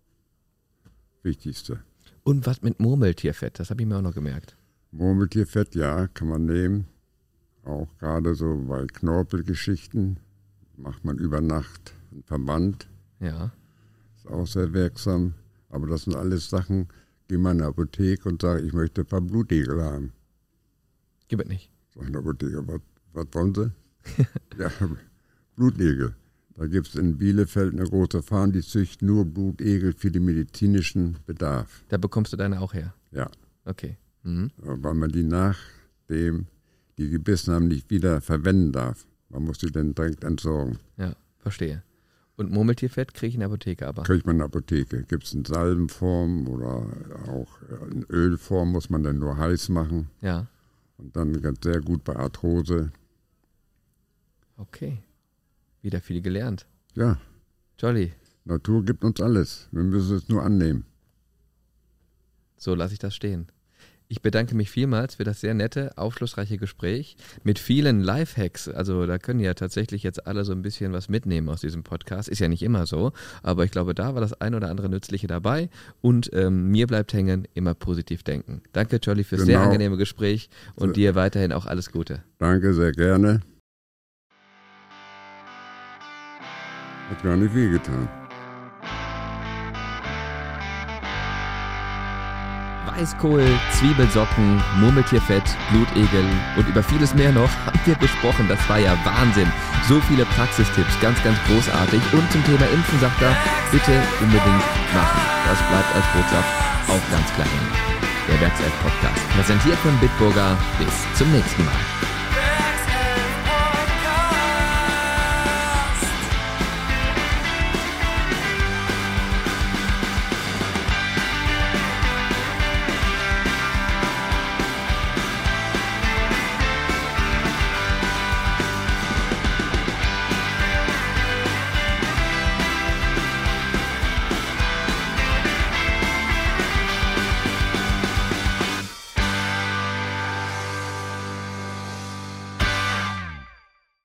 Wichtigste. Und was mit Murmeltierfett, das habe ich mir auch noch gemerkt. Murmeltierfett, ja, kann man nehmen. Auch gerade so bei Knorpelgeschichten macht man über Nacht einen Verband. Ja, Ist auch sehr wirksam. Aber das sind alles Sachen, gehe mal in eine Apotheke und sage, ich möchte ein paar Blutegel haben. gibt es nicht. Sagt der Apotheker, was wollen Sie? Ja, Blutegel. Da gibt es in Bielefeld eine große Farm, die züchtet nur Blutegel für den medizinischen Bedarf. Da bekommst du deine auch her. Ja, Okay. Mhm. weil man die nachdem die gebissen haben, nicht wieder verwenden darf. Man muss die dann direkt entsorgen. Ja, verstehe. Und Murmeltierfett kriege ich in der Apotheke aber. Kriegt man in der Apotheke. Gibt es in Salbenform oder auch in Ölform, muss man dann nur heiß machen. Ja, Und dann ganz sehr gut bei Arthrose. okay. Wieder viel gelernt. Ja, Jolly, Natur gibt uns alles. Wir müssen es nur annehmen. so lasse ich das stehen. Ich bedanke mich vielmals für das sehr nette, aufschlussreiche Gespräch mit vielen Lifehacks. Also da können ja tatsächlich jetzt alle so ein bisschen was mitnehmen aus diesem Podcast. Ist ja nicht immer so, aber ich glaube, da war das ein oder andere Nützliche dabei. Und mir bleibt hängen, immer positiv denken. Danke, Jolly, fürs sehr Genau. angenehme Gespräch und dir weiterhin auch alles Gute. Danke, sehr gerne. Hat gar nicht wehgetan. Weißkohl, Zwiebelsocken, Murmeltierfett, Blutegel und über vieles mehr noch haben wir gesprochen. Das war ja Wahnsinn. So viele Praxistipps, ganz, ganz großartig. Und zum Thema Impfen sagt er, bitte unbedingt machen. Das bleibt als Botschaft auch ganz klar hängen. Der Werkself Podcast, präsentiert von Bitburger. Bis zum nächsten Mal.